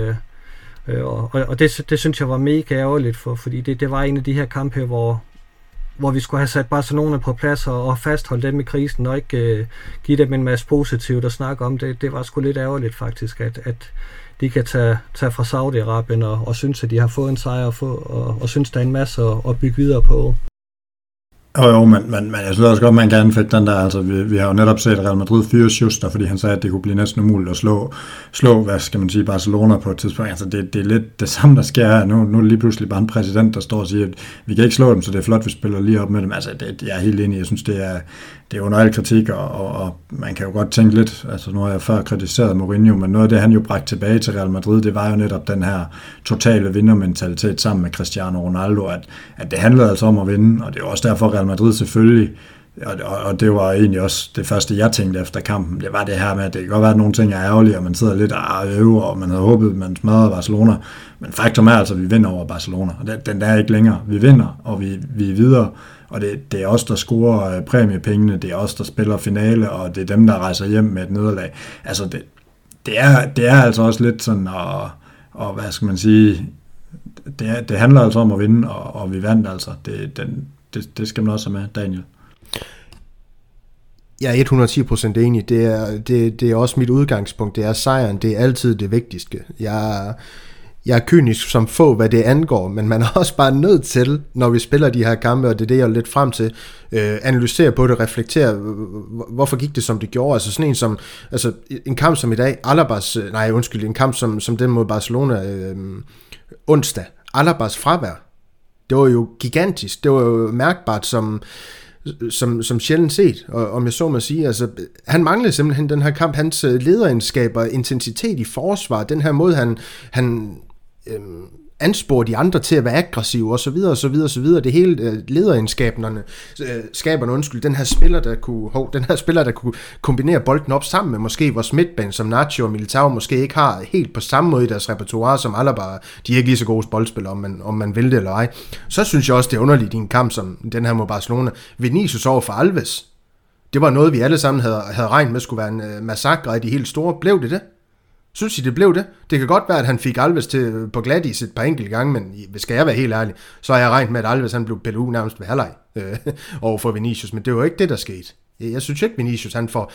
Og det synes jeg var mega ærgerligt, fordi det var en af de her kampe, hvor vi skulle have sat Barcelona på plads og fastholdt dem i krisen, og ikke give dem en masse positivt at snakke om. Det var sgu lidt ærgerligt faktisk, at de kan tage fra Saudi-Arabien og synes, at de har fået en sejr og synes, der er en masse at bygge videre på.
Jo, men jeg synes også godt, man kan anfægte den der. Altså, vi har jo netop set Real Madrid fyre Schuster, fordi han sagde, at det kunne blive næsten umuligt at slå, hvad skal man sige, Barcelona på et tidspunkt. Altså, det er lidt det samme, der sker her. Nu er det lige pludselig bare en præsident, der står og siger, at vi kan ikke slå dem, så det er flot, vi spiller lige op med dem. Altså, jeg er helt enig. Jeg synes, det er under al kritik, og man kan jo godt tænke lidt, altså nu har jeg før kritiseret Mourinho, men noget af det, han jo bragte tilbage til Real Madrid, det var jo netop den her totale vindermentalitet sammen med Cristiano Ronaldo, at det handlede altså om at vinde, og det er også derfor Real Madrid selvfølgelig, og det var egentlig også det første, jeg tænkte efter kampen, det var det her med, at det kan godt være, at nogle ting er ærgerlige, og man sidder lidt og øver, og man havde håbet, at man smadrede Barcelona, men faktum er altså, at vi vinder over Barcelona, og den der er ikke længere. Vi vinder, og vi er videre, og det er os, der scorer præmiepengene, det er os, der spiller finale, og det er dem, der rejser hjem med et nederlag. Altså, det er altså også lidt sådan, og hvad skal man sige, det handler altså om at vinde, og vi vandt altså. Det skal man også have med, Daniel.
Jeg er 110% enig. Det er også mit udgangspunkt. Det er sejren. Det er altid det vigtigste. Jeg er kynisk som få, hvad det angår, men man er også bare nødt til, når vi spiller de her kampe, og det er det, jeg er lidt frem til, analysere på det, reflektere, hvorfor gik det, som det gjorde. Altså sådan en kamp som i dag, en kamp som den mod Barcelona onsdag, Alabas fravær, det var jo gigantisk, det var jo mærkbart som sjældent set, og om jeg så må sige, altså, han manglede simpelthen den her kamp, hans lederegenskaber, intensitet i forsvar, den her måde, han anspore de andre til at være aggressive, og så videre, og så videre, og så videre. Det hele lederegenskaberne, den her spiller, der kunne kombinere bolden op sammen med måske vores midtbane, som Nacho og Militao måske ikke har helt på samme måde i deres repertoire, som Alaba. De er ikke lige så gode boldspillere, om man vil det eller ej. Så synes jeg også, det er underligt i en kamp som den her mod Barcelona. Vinicius over for Alves. Det var noget, vi alle sammen havde regnet med skulle være en massakre af de helt store. Blev det? Synes I, det blev det? Det kan godt være, at han fik Alves til på glatis et par enkelte gange, men skal jeg være helt ærlig, så har jeg regnet med, at Alves han blev pillet ud nærmest ved halvleg over for Vinicius, men det var ikke det, der skete. Jeg synes ikke, Vinicius han får...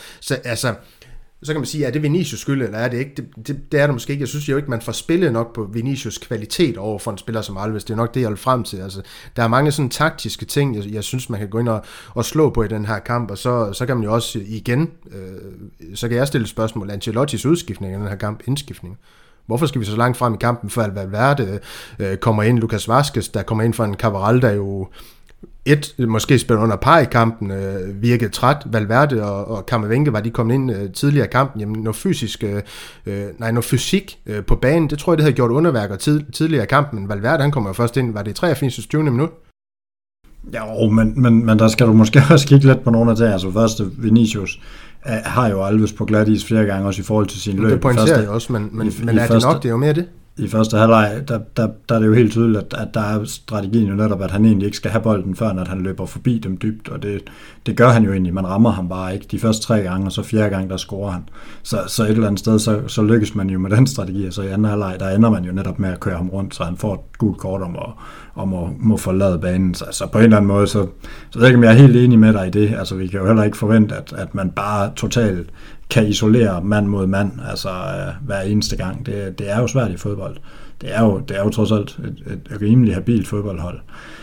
Så kan man sige, er det Vinicius skyld, eller er det ikke? Det er det måske ikke. Jeg synes jo ikke, man får spillet nok på Vinicius kvalitet over for en spiller som Alves. Det er nok det, jeg vil frem til. Altså, der er mange sådan taktiske ting, jeg synes, man kan gå ind og slå på i den her kamp, og så kan man jo også igen, så kan jeg stille et spørgsmål. Ancelottis udskiftning i den her kamp, indskiftning. Hvorfor skal vi så langt frem i kampen, før Valverde kommer ind, Lucas Vazquez, der kommer ind for en Cabral, der jo måske spiller under par i kampen, virkede træt. Valverde og Camavinga var de kommet ind tidligere i kampen. Jamen, noget fysik på banen, det tror jeg, det havde gjort underværker tidligere i kampen, men Valverde, han kommer jo først ind, var det 83. 20. minut?
Ja, men der skal du måske også kigge lidt på nogle af det. Altså først, Vinicius har jo Alves på glatis flere gange, også i forhold til sin løb.
Det pointerer jeg også, men er det nok? Det er jo mere det.
I første halvleg, der er det jo helt tydeligt, at der er strategien jo netop, at han egentlig ikke skal have bolden, før at han løber forbi dem dybt, og det gør han jo egentlig. Man rammer ham bare ikke de første 3 gange, og så 4. gang, der scorer han. Så et eller andet sted, så lykkes man jo med den strategi, og så i anden halvleg, der ender man jo netop med at køre ham rundt, så han får et gult kort om at må forlade banen. Så på en eller anden måde, så ved jeg ikke, om jeg er helt enig med dig i det. Altså, vi kan jo heller ikke forvente, at man bare totalt kan isolere mand mod mand, altså hver eneste gang. Det er jo svært i fodbold. Det er jo trods alt et rimelig habilt fodboldhold.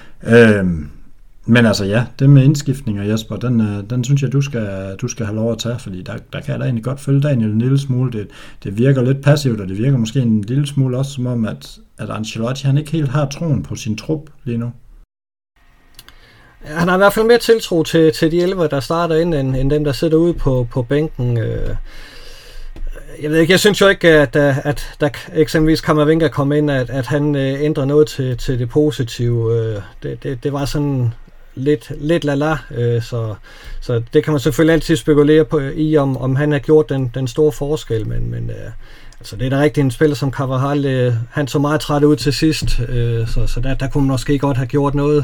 Men altså ja, det med indskiftninger, Jesper, den synes jeg, du skal have lov at tage, fordi der kan jeg da egentlig godt følge Daniel en lille smule. Det virker lidt passivt, og det virker måske en lille smule også som om, at Ancelotti han ikke helt har troen på sin trup lige nu.
Han har i hvert fald mere tiltro til de 11, der starter ind, end dem, der sidder ude på bænken. Jeg ved ikke, jeg synes jo ikke, at der eksempelvis Camavinga kom ind, at han ændrer noget til det positive. Det var sådan lidt lala, så det kan man selvfølgelig altid spekulere på i, om han har gjort den store forskel, men altså det er da rigtigt en spiller som Carvajal, han så meget træt ud til sidst, så der kunne man måske godt have gjort noget.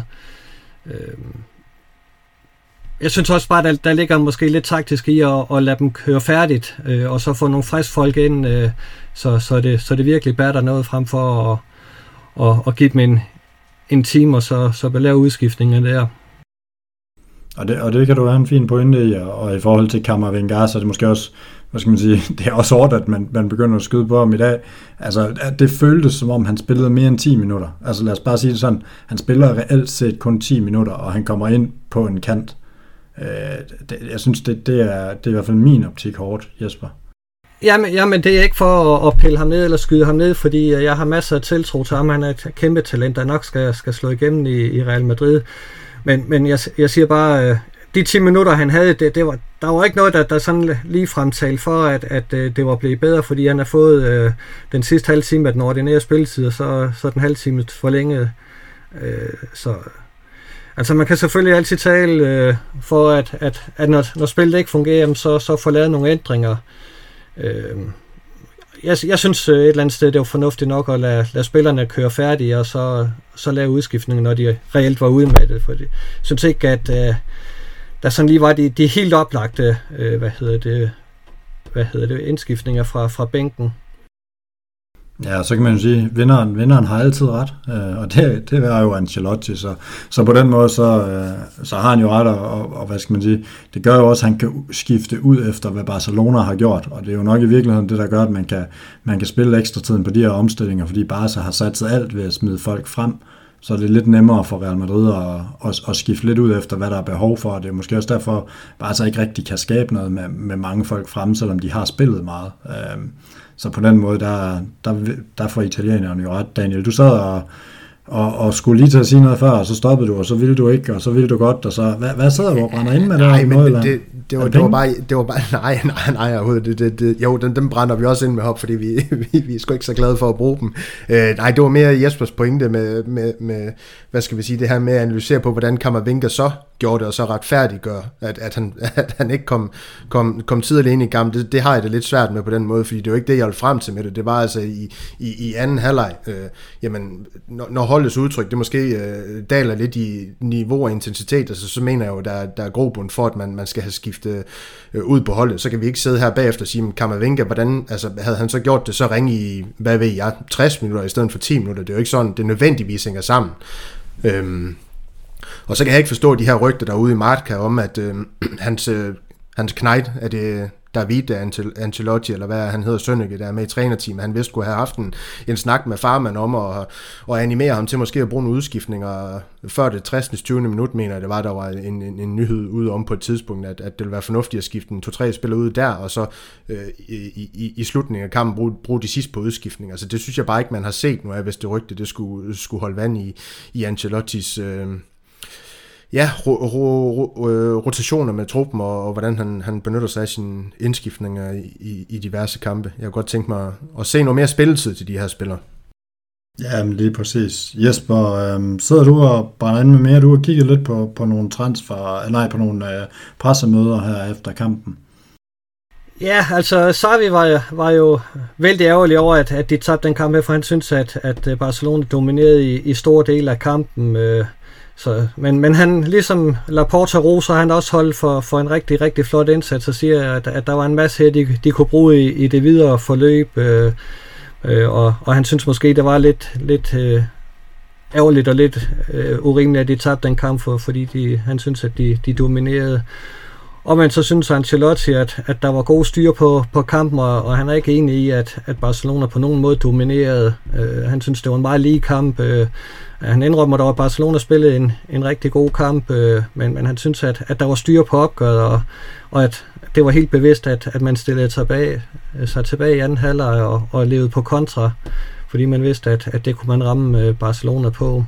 Jeg synes også bare, at der ligger måske lidt taktisk i at lade dem køre færdigt, og så få nogle friske folk ind, så det virkelig bærer der noget frem for at give dem en time, og så lave udskiftningen der.
Og det kan du have en fin pointe i, og i forhold til Camavinga, så er det måske også, hvad skal man sige, det er også hårdt, at man begynder at skyde på ham i dag. Altså, det føltes som om, han spillede mere end 10 minutter. Altså, lad os bare sige det sådan, han spiller reelt set kun 10 minutter, og han kommer ind på en kant. Jeg synes, det er i hvert fald min optik hårdt, Jesper.
Jamen, det er ikke for at pille ham ned eller skyde ham ned, fordi jeg har masser af tiltro til ham. Han er et kæmpe talent, der nok skal slå igennem i Real Madrid. Men jeg siger bare, de 10 minutter, han havde, der var ikke noget, der sådan lige fremtalt for, at det var blevet bedre, fordi han har fået den sidste halve time af den ordinære spilletid, og så den halve time forlænget. Så altså man kan selvfølgelig altid tale for, at når spillet ikke fungerer, så får lavet nogle ændringer. Jeg synes et eller andet sted, det var fornuftigt nok at lade spillerne køre færdige, og så lave udskiftninger, når de reelt var ude med det. For jeg synes ikke, at der sådan lige var de helt oplagte indskiftninger fra bænken.
Ja, så kan man jo sige, at vinderen har altid ret, og det var jo Ancelotti, så på den måde, så har han jo ret, og hvad skal man sige, det gør jo også, at han kan skifte ud efter, hvad Barcelona har gjort, og det er jo nok i virkeligheden det, der gør, at man kan spille ekstra tiden på de her omstillinger, fordi Barca har sat sig alt ved at smide folk frem, så det er lidt nemmere for Real Madrid at skifte lidt ud efter, hvad der er behov for, og det er måske også derfor, Barca ikke rigtig kan skabe noget med mange folk frem, selvom de har spillet meget. Så på den måde, der får italienerne jo ret. Daniel, du sad og skulle lige til at sige noget før, og så stoppede du, og så ville du ikke, og så ville du godt, og så hvad sidder du og brænder ind med det?
Nej, men Det var bare nej overhovedet. Jo, dem brænder vi også ind med hop, fordi vi er sgu ikke så glade for at bruge dem. Nej, det var mere Jespers pointe med hvad skal vi sige, det her med at analysere på, hvordan Kammervinga så gjorde det, og så retfærdiggør, at han ikke kom tidligere ind i kampen. Det har jeg det lidt svært med på den måde, fordi det er jo ikke det, jeg ville frem til med det. Det var altså i anden halvleg, jamen, når holdets udtryk, det måske daler lidt i niveau og intensitet, altså, så mener jeg jo, der er grobund for, at man skal have skiftet ud på holdet. Så kan vi ikke sidde her bagefter og sige, Kammervinga, hvordan, altså, havde han så gjort det, så ringe i, hvad ved jeg, 60 minutter i stedet for 10 minutter. Det er jo ikke sådan, det nødvendigvis hænger sammen. Og så kan jeg ikke forstå de her rygter derude i Marca om, at hans knejt, er det David Ancelotti, eller hvad han hedder, Sønneke, der er med i trænerteamet, han vidste kunne have haft en snak med farmand om at animere ham til måske at bruge nogle udskiftninger før det 60. 20. minut, mener jeg, det var, der var en nyhed ude om på et tidspunkt, at det ville være fornuftigt at skifte 2-3 spillere ud der, og så i slutningen af kampen bruge de sidste på udskiftninger. Altså det synes jeg bare ikke, man har set nu af, hvis det rygte, det skulle holde vand i Ancelottis rotationer med truppen, og hvordan han benytter sig af sine indskiftninger i diverse kampe. Jeg kunne godt tænke mig at se noget mere spilletid til de her spillere.
Ja, men lige præcis. Jesper, sidder du og brænder ind med mere? Du har kigget lidt på nogle på nogle pressemøder her efter kampen.
Ja, altså Xavi var jo vældig ærgerlig over, at de tabte den kamp, for han synes, at Barcelona dominerede i store dele af kampen. Men han, ligesom Laporta roser, han også holdt for en rigtig, rigtig flot indsats og siger, at der var en masse her, de kunne bruge i det videre forløb. Og han synes måske, det var lidt ærgerligt og lidt urimeligt, at de tabte den kamp, fordi han synes, at de dominerede. Og men så synes Ancelotti, at der var god styr på kampen, og han er ikke enig i, at Barcelona på nogen måde dominerede. Han synes, det var en meget lige kamp. Han indrømmer dog, at Barcelona spillede en rigtig god kamp, men han synes, at der var styr på opgøret, og at det var helt bevidst, at man stillede sig tilbage i anden halvleg og levede på kontra, fordi man vidste, at det kunne man ramme Barcelona på.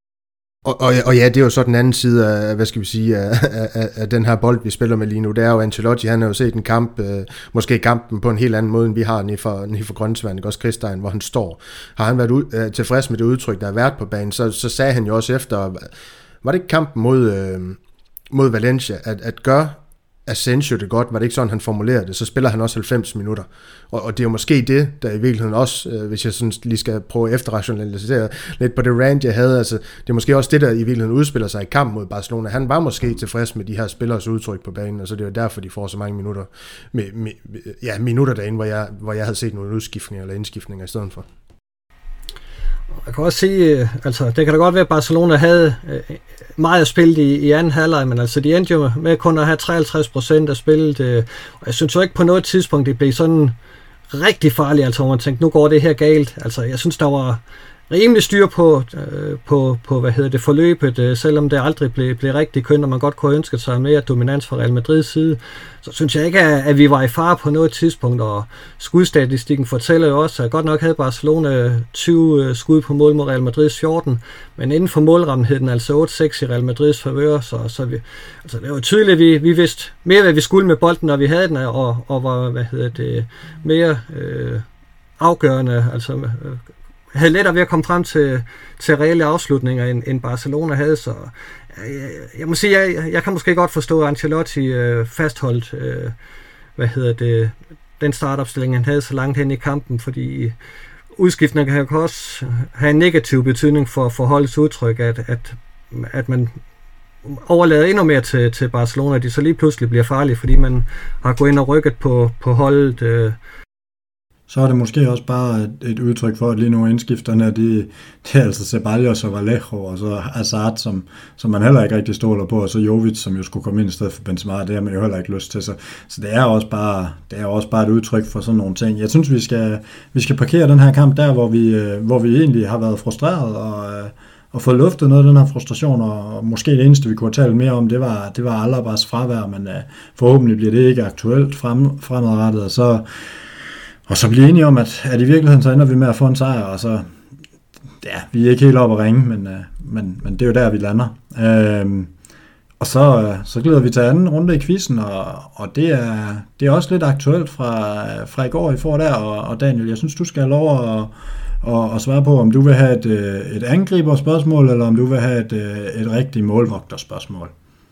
Og ja, det er jo så den anden side af, hvad skal vi sige, af den her bold, vi spiller med lige nu. Det er jo Ancelotti, han har jo set en kamp, måske kampen på en helt anden måde, end vi har nede for Grønsvand, også Kristian, hvor han står. Har han været tilfreds med det udtryk, der er været på banen, så sagde han jo også efter, var det ikke kampen mod Valencia, at gøre Asensio det godt, var det ikke sådan, han formulerede det, så spiller han også 90 minutter. Og det er jo måske det, der i virkeligheden også, hvis jeg sådan lige skal prøve at efterrationalisere lidt på det rant, jeg havde, altså det er måske også det, der i virkeligheden udspiller sig i kampen mod Barcelona. Han var måske tilfreds med de her spillers udtryk på banen, og så det er jo derfor, de får så mange minutter, minutter derinde, hvor jeg havde set nogle udskiftninger eller indskiftninger i stedet for.
Jeg kan også sige, altså det kan da godt være, at Barcelona havde meget at spille i anden halvleg, men altså de endte jo med kun at have 53% af spillet, og jeg synes jo ikke på noget tidspunkt, det blev sådan rigtig farligt, altså hvor man tænkte, nu går det her galt. Altså jeg synes, der var rimelig styr på forløbet, selvom det aldrig blev rigtig kønt, og man godt kunne ønske sig mere dominans fra Real Madrids side, så synes jeg ikke, at vi var i fare på noget tidspunkt, og skudstatistikken fortæller jo også, at godt nok havde Barcelona 20 skud på mål mod Real Madrids 14, men inden for målrammen hed den altså 8-6 i Real Madrids favør, så vi, altså det var tydeligt, at vi vidste mere, hvad vi skulle med bolden, når vi havde den, og var, mere afgørende, altså havde lettere ved at komme frem til reelle afslutninger, end Barcelona havde, så jeg må sige, jeg kan måske godt forstå, at Ancelotti fastholdt den startopstilling, han havde så langt hen i kampen, fordi udskiftninger kan jo også have en negativ betydning for holdets udtryk, at man overlader endnu mere til Barcelona, de så lige pludselig bliver farlige, fordi man har gået ind og rykket på holdet.
Så er det måske også bare et udtryk for, at lige nu indskifterne, det er altså Ceballos og Vallejo, og så Hazard, som man heller ikke rigtig stoler på, og så Jovic, som jo skulle komme ind i stedet for Benzema, det har man jo heller ikke lyst til. Så det er også bare et udtryk for sådan nogle ting. Jeg synes, vi skal parkere den her kamp der, hvor vi egentlig har været frustreret, og få luftet noget af den her frustration, og måske det eneste, vi kunne tale mere om, det var Alabas fravær, men forhåbentlig bliver det ikke aktuelt fremadrettet, og så blive enige om, at i virkeligheden så ender vi med at få en sejr, og så, ja, vi er ikke helt oppe at ringe, men det er jo der, vi lander. Og så glider vi til anden runde i quizzen, og det er også lidt aktuelt fra i går, I får der, og Daniel, jeg synes, du skal have lov at svare på, om du vil have et angriberspørgsmål, eller om du vil have et rigtigt målvogterspørgsmål.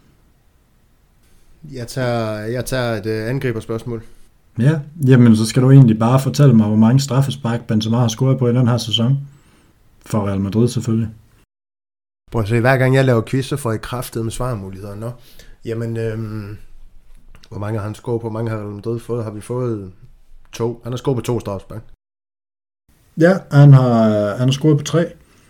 Jeg tager et angriberspørgsmål.
Ja, jamen så skal du egentlig bare fortælle mig, hvor mange straffespark Benzema har scoret på i den her sæson. For Real Madrid selvfølgelig.
Prøv at se, hver gang jeg laver quiz, så får I kraftet med svarmuligheder. Nå. Jamen, hvor mange har han scoret på? Hvor mange har Real Madrid fået? Har vi fået 2? Han har scoret på 2 straffespark.
Ja, han har scoret på 3.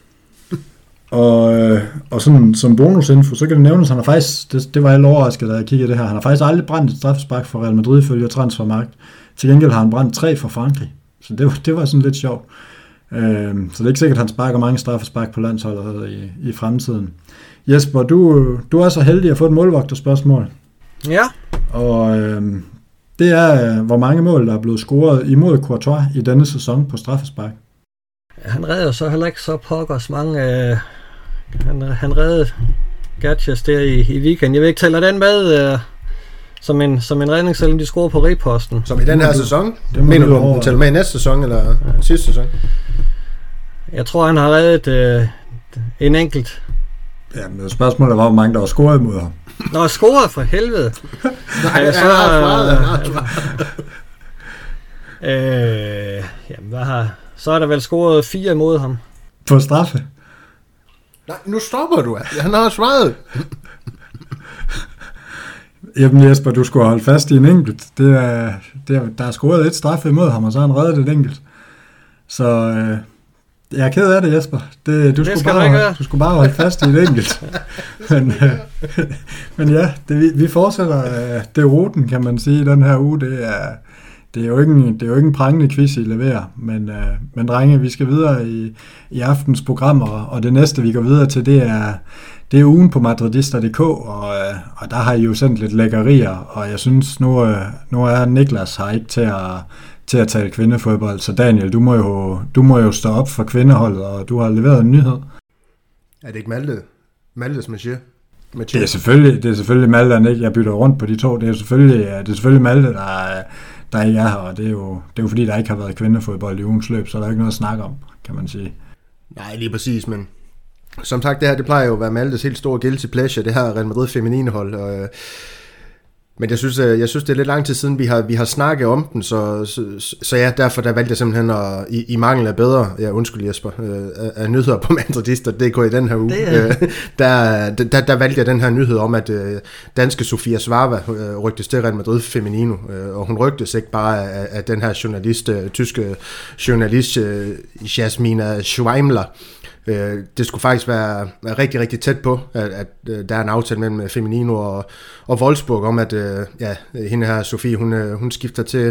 Og sådan som bonusinfo, så kan det nævnes, han har faktisk, det var jeg overrasket, da jeg kiggede det her, han har faktisk aldrig brændt et straffespark for Real Madrid ifølge Transfermarkt. Til gengæld har han brændt 3 for Frankrig. Så det var sådan lidt sjovt. Så det er ikke sikkert, at han sparker mange straffespark på landsholdet i fremtiden. Jesper, du er så heldig at få et målvogterspørgsmål.
Ja.
Og det er, hvor mange mål, der er blevet scoret imod Courtois i denne sæson på straffespark.
Han redder så heller ikke så pokkers mange. Han reddede Gatches der i weekend. Jeg vil ikke tælle den med som en redning, selvom de scorer på reposten.
Som i den her sæson? Mener du tæller med i næste sæson, eller sidste sæson?
Jeg tror, han har reddet en enkelt.
Ja, men spørgsmålet var, hvor mange der var scoret imod ham.
Nå, scoret for helvede.
Nej,
jamen, hvad har... Så er der vel scoret 4 imod ham.
På straffe?
Nej, nu stopper du. Han har svaret.
Jamen Jesper, du skulle holde fast i en enkelt. Der er scoret et straffe imod ham, og så har han reddet et enkelt. Så jeg er ked af det, Jesper. Du skulle bare holde fast i et enkelt. Men ja, vi fortsætter ruten, kan man sige, den her uge. Det er jo ikke en prangende quiz, I leverer, men drenge, vi skal videre i aftens program, og det næste, vi går videre til, det er ugen på madridister.dk, og der har I jo sendt lidt lækkerier, og jeg synes, nu er Niklas her ikke til at tale kvindefodbold, så Daniel, du må jo stå op for kvindeholdet, og du har leveret en nyhed.
Er det ikke Maltes Monsieur?
Det er selvfølgelig Malte, ikke? Jeg bytter rundt på de to. Det er selvfølgelig Malte, der ikke er her, og det er jo fordi, der ikke har været kvindefodbold i ugens løb, så der er ikke noget at snakke om, kan man sige.
Nej, lige præcis, men som sagt, det plejer jo at være Maltes helt store guilty pleasure, det her Real Madrid feminine hold, men jeg synes, det er lidt lang tid siden, vi har snakket om den, så ja, derfor der valgte jeg simpelthen i mangel af bedre, undskyld Jesper, af nyheder på madridister.dk i den her uge, der valgte jeg den her nyhed om, at danske Sofia Svava rygtes til Real Madrid Femenino, og hun rygtes ikke bare af den her tyske journalist Jasmina Schweimler. Det skulle faktisk være rigtig, rigtig tæt på, at der er en aftale mellem Femenino og Wolfsburg om, at hende her, Sofie, hun skifter til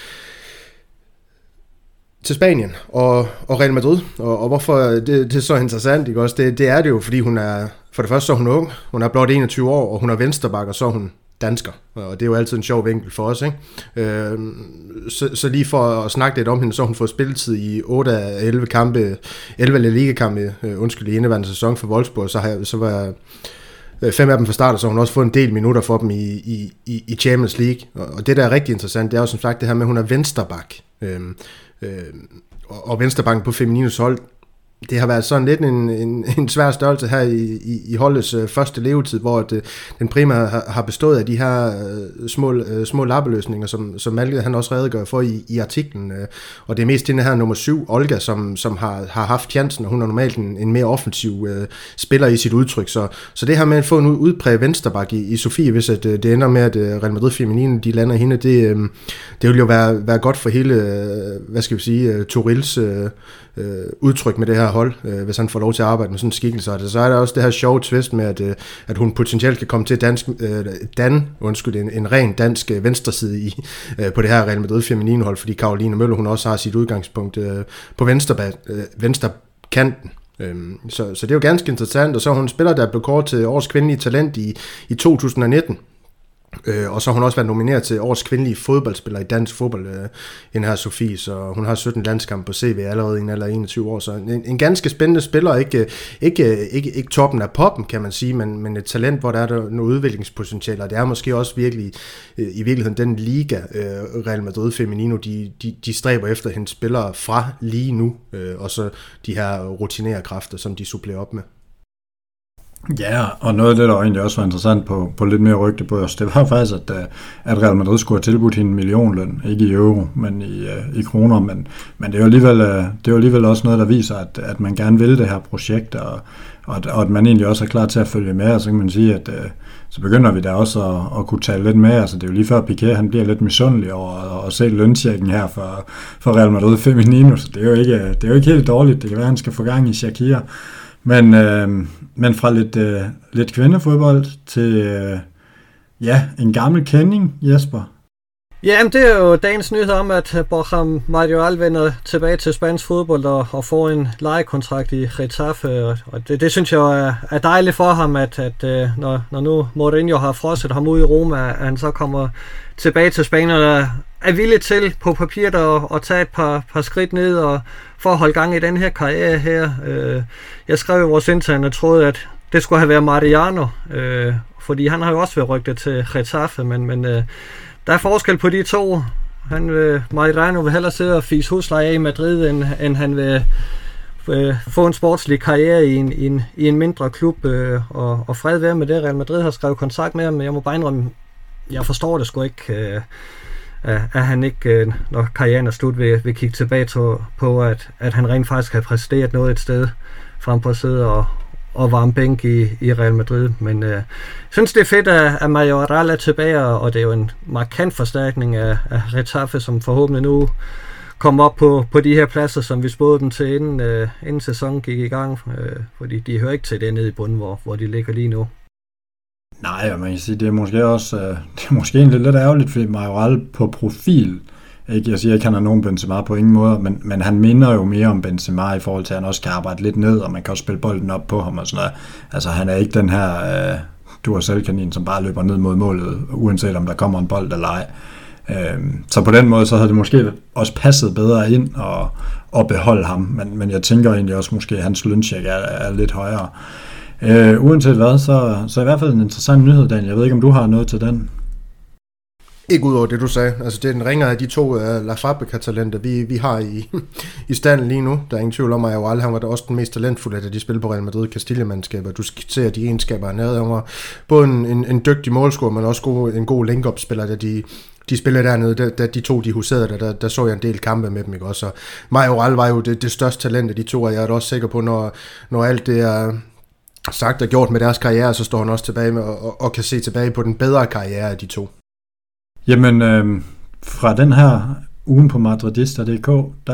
Spanien og Real Madrid. Og hvorfor det er så interessant, ikke også? Det er det jo, fordi hun er, for det første så er hun ung, hun er blot 21 år, og hun er venstreback, og så er hun dansker, og det er jo altid en sjov vinkel for os, ikke? Så lige for at snakke lidt om hende, så har hun fået spilletid i 8 af 11 kampe, 11 La Liga-kampe, i indeværende sæson for Wolfsburg, så var 5 af dem fra start, og så har hun også fået en del minutter for dem i Champions League, og det der er rigtig interessant, det er jo som sagt det her med, at hun er venstreback, og venstrebacken på Femininos hold, det har været sådan lidt en svær størrelse her i holdets første levetid, hvor den primært har bestået af de her små lappeløsninger, som Malke han også redegør for i artiklen. Og det er mest den her nummer 7, Olga, som har haft chancen, og hun er normalt en mere offensiv spiller i sit udtryk. Så det her med at få en udpræget venstreback i Sofie, hvis det ender med, at Real Madrid Feminine de lander hende, det vil jo være godt for hele, hvad skal vi sige, Torils udtryk med det her hold, hvis han får lov til at arbejde med sådan en skikkelse. Så er der også det her sjove twist med, at hun potentielt kan komme til en ren dansk venstreside på det her Real Madrid feminine hold, fordi Caroline Møller, hun også har sit udgangspunkt på venstrekanten. Så det er jo ganske interessant, og så hun spiller, der blev kåret til årets kvindelige talent i 2019. Og så har hun også været nomineret til årets kvindelige fodboldspiller i dansk fodbold, den her Sofie, så hun har 17 landskampe på CV allerede i en alder 21 år, så en ganske spændende spiller, ikke toppen af poppen, kan man sige, men et talent, hvor der er noget udviklingspotentiale, og det er måske også virkelig, i virkeligheden den liga, Real Madrid Femenino, de stræber efter hendes spillere fra lige nu, og så de her rutinerkræfter, som de supplerer op med.
Ja, og noget af det, der egentlig også var interessant på lidt mere rygte på os, det var faktisk, at Real Madrid skulle have tilbudt hende en millionløn, ikke i euro, men i kroner, men det er jo alligevel også noget, der viser, at man gerne vil det her projekt, og at man egentlig også er klar til at følge med, og så kan man sige, at så begynder vi da også at kunne tale lidt med, altså det er jo lige før Piqué, han bliver lidt misundelig over at se lønchecken her for Real Madrid Femenino, så det er jo ikke helt dårligt, det kan være, at han skal få gang i Shakira. Men fra lidt kvindefodbold til en gammel kending, Jesper.
Jamen, det er jo dagens nyhed om, at Borja Mayoral vender tilbage til spansk fodbold og får en lejekontrakt i Getafe, og det synes jeg er dejligt for ham, at når nu Mourinho har frosset ham ud i Roma, at han så kommer tilbage til Spanien og er villig til på papiret at tage et par skridt ned og for at holde gang i den her karriere her. Jeg skrev i vores interne tråd, at det skulle have været Mariano, fordi han har jo også været rygtet til Getafe, men der er forskel på de to. Mariano vil hellere sidde og fise husleje i Madrid, end han vil få en sportslig karriere i en mindre klub, og fred være med det. Real Madrid har skrevet kontrakt med ham, men jeg må bare indrømme, jeg forstår det sgu ikke, at han ikke, når karrieren er slut, vil kigge tilbage på, at han rent faktisk har præsteret noget et sted, frem på at sidde og varme bænk i Real Madrid. Men jeg synes, det er fedt, at Mayoral er tilbage, og det er jo en markant forstærkning af Getafe, som forhåbentlig nu kommer op på de her pladser, som vi spåede dem til, inden sæsonen gik i gang. Fordi de hører ikke til det nede i bunden, hvor de ligger lige nu.
Nej, og man kan sige, det er måske også det er måske egentlig lidt ærgerligt, fordi Mayoral på profil, ikke, jeg siger ikke, han har nogen Benzema på ingen måde, men han minder jo mere om Benzema i forhold til, at han også kan arbejde lidt ned, og man kan også spille bolden op på ham og sådan noget. Altså, han er ikke den her Duracell-kanin, som bare løber ned mod målet, uanset om der kommer en bold eller ej. Så på den måde, så havde det måske også passet bedre ind og beholde ham, men jeg tænker egentlig også, måske hans løncheck er lidt højere. Uanset hvad, så i hvert fald en interessant nyhed, Daniel. Jeg ved ikke, om du har noget til den?
Ikke ud over det, du sagde. Altså, det er den ringer af de to La Fabrica-talenter, vi har i standen lige nu. Der er ingen tvivl om, at Mayoral, han var da også den mest talentfulde af de spil på Real Madrid Castilla-mandskaber. Du ser de egenskaber, han havde. Han var både en dygtig målscorer, men også en god link-up-spiller, da de spillede dernede, da de to de huserede, der så jeg en del kampe med dem, ikke også? Mayoral var jo det største talent af de to, og jeg er da også sikker på, når alt det er sagt og gjort med deres karriere, så står han også tilbage med og kan se tilbage på den bedre karriere af de to.
Jamen, fra den her ugen på Madridista.dk,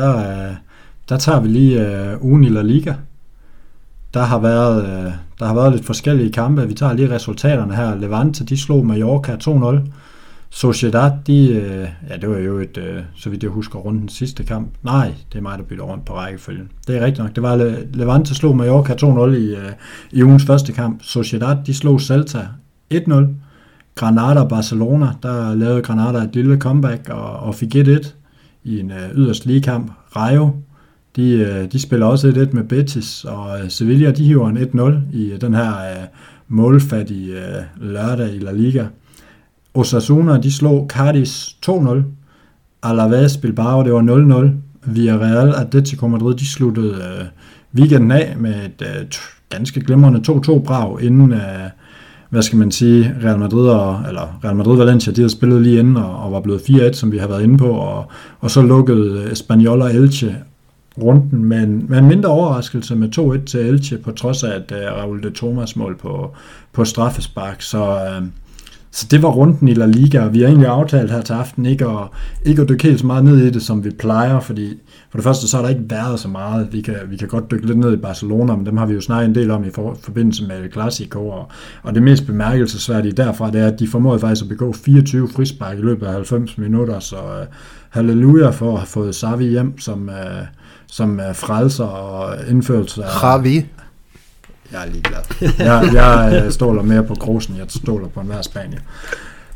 der tager vi lige ugen i La Liga. Der har været lidt forskellige kampe. Vi tager lige resultaterne her. Levante, de slog Mallorca 2-0. Sociedad, det var jo så vidt jeg husker, rundens sidste kamp. Nej, det er mig, der bytter rundt på rækkefølgen. Det er rigtigt nok. Det var Levante slog Mallorca 2-0 i ugens første kamp. Sociedad, de slog Celta 1-0. Granada og Barcelona, der lavede Granada et lille comeback og fik 1-1 i en yderst lige kamp. Rayo, de spiller også 1-1 med Betis, og Sevilla, de hiver en 1-0 i den her målfattige lørdag i La Liga. Osasuna, de slog Cadiz 2-0. Alaves Bilbao, det var 0-0. Villarreal Atletico Madrid, de sluttede weekenden af med et ganske glimrende 2-2-brag inden hvad skal man sige, Real Madrid Valencia, de havde spillet lige inden og var blevet 4-1, som vi har været inde på, og så lukkede Espanyol og Elche runden med en mindre overraskelse med 2-1 til Elche, på trods af et Raúl de Tomas mål på straffespark, så det var runden i La Liga, og vi har egentlig aftalt her til aften ikke at dykke helt så meget ned i det, som vi plejer, fordi for det første så har der ikke været så meget. Vi kan godt dykke lidt ned i Barcelona, men dem har vi jo snakket en del om i forbindelse med Clasico, og det mest bemærkelsesværdige derfra, det er, at de formåede faktisk at begå 24 frispark i løbet af 90 minutter, så halleluja for at have fået Xavi hjem som frelser og indførelse af...
Xavi. Jeg
er ligeglad. Jeg stoler mere på Krosen, jeg stoler på enhver Spanier.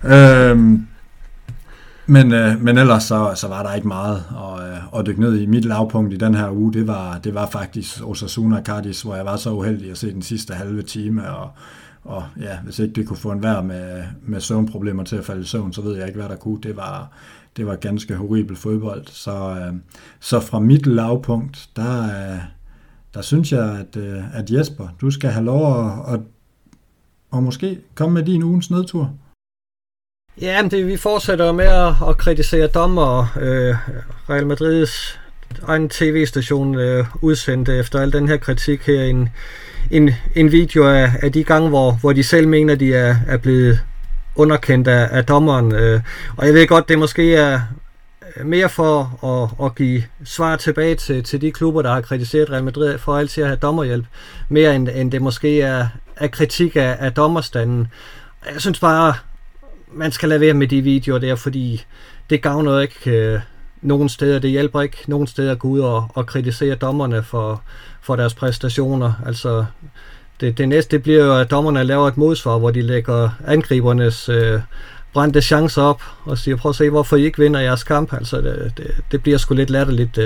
Men ellers så var der ikke meget at dykke ned i. Mit lavpunkt i den her uge, det var faktisk Osasuna Cadiz, hvor jeg var så uheldig at se den sidste halve time, og ja, hvis ikke det kunne få enhver med søvnproblemer til at falde i søvn, så ved jeg ikke, hvad der kunne. Det var ganske horribel fodbold. Så fra mit lavpunkt, der synes jeg, at Jesper, du skal have lov at måske komme med din ugens nedtur.
Ja, men vi fortsætter med at kritisere dommer. Real Madrids egen tv-station udsendte efter al den her kritik her en video af de gange, hvor de selv mener, de er blevet underkendt af dommeren. Og jeg ved godt, det måske er mere for at give svar tilbage til de klubber, der har kritiseret Real Madrid for altid at have dommerhjælp, mere end det måske er kritik af dommerstanden. Jeg synes bare, man skal lade være med de videoer der, fordi det gavner ikke nogen steder. Det hjælper ikke nogen steder at gå ud og kritisere dommerne for deres præstationer. Altså, det næste bliver jo, at dommerne laver et modsvar, hvor de lægger angribernes brændte chancer op og siger, prøv at se, hvorfor I ikke vinder jeres kamp. Altså, det bliver sgu lidt latterligt.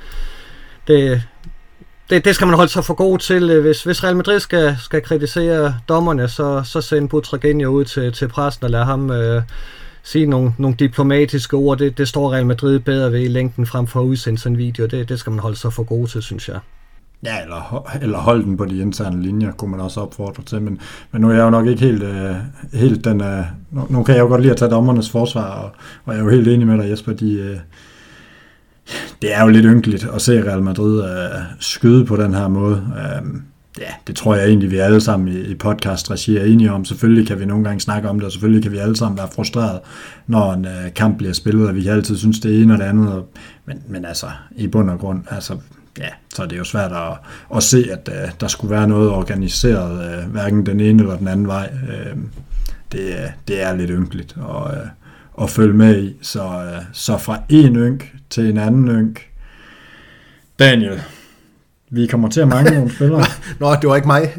Det skal man holde sig for god til. Hvis Real Madrid skal kritisere dommerne, så send Butragueño ud til pressen og lade ham sige nogle diplomatiske ord. Det står Real Madrid bedre ved i længden frem for at udsende sådan en video. Det skal man holde sig for god til, synes jeg.
Ja, eller holde den på de interne linjer, kunne man også opfordre til. Men nu er jeg jo nok ikke helt den... Nu kan jeg jo godt lide at tage dommernes forsvar, og jeg er jo helt enig med dig, Jesper. Det er jo lidt ynkeligt at se Real Madrid skyde på den her måde. Ja, det tror jeg egentlig, vi alle sammen i podcast-regi er enige om. Selvfølgelig kan vi nogle gange snakke om det, og selvfølgelig kan vi alle sammen være frustreret, når en kamp bliver spillet, og vi kan altid synes det ene og det andet. Men altså, i bund og grund, altså, ja, så er det jo svært at se, at der skulle være noget organiseret, hverken den ene eller den anden vej. Det er lidt ynkeligt at følge med i. Så fra en ynk til en anden ynk. Daniel, vi kommer til at mangle nogle spillere.
Nå, det var ikke mig.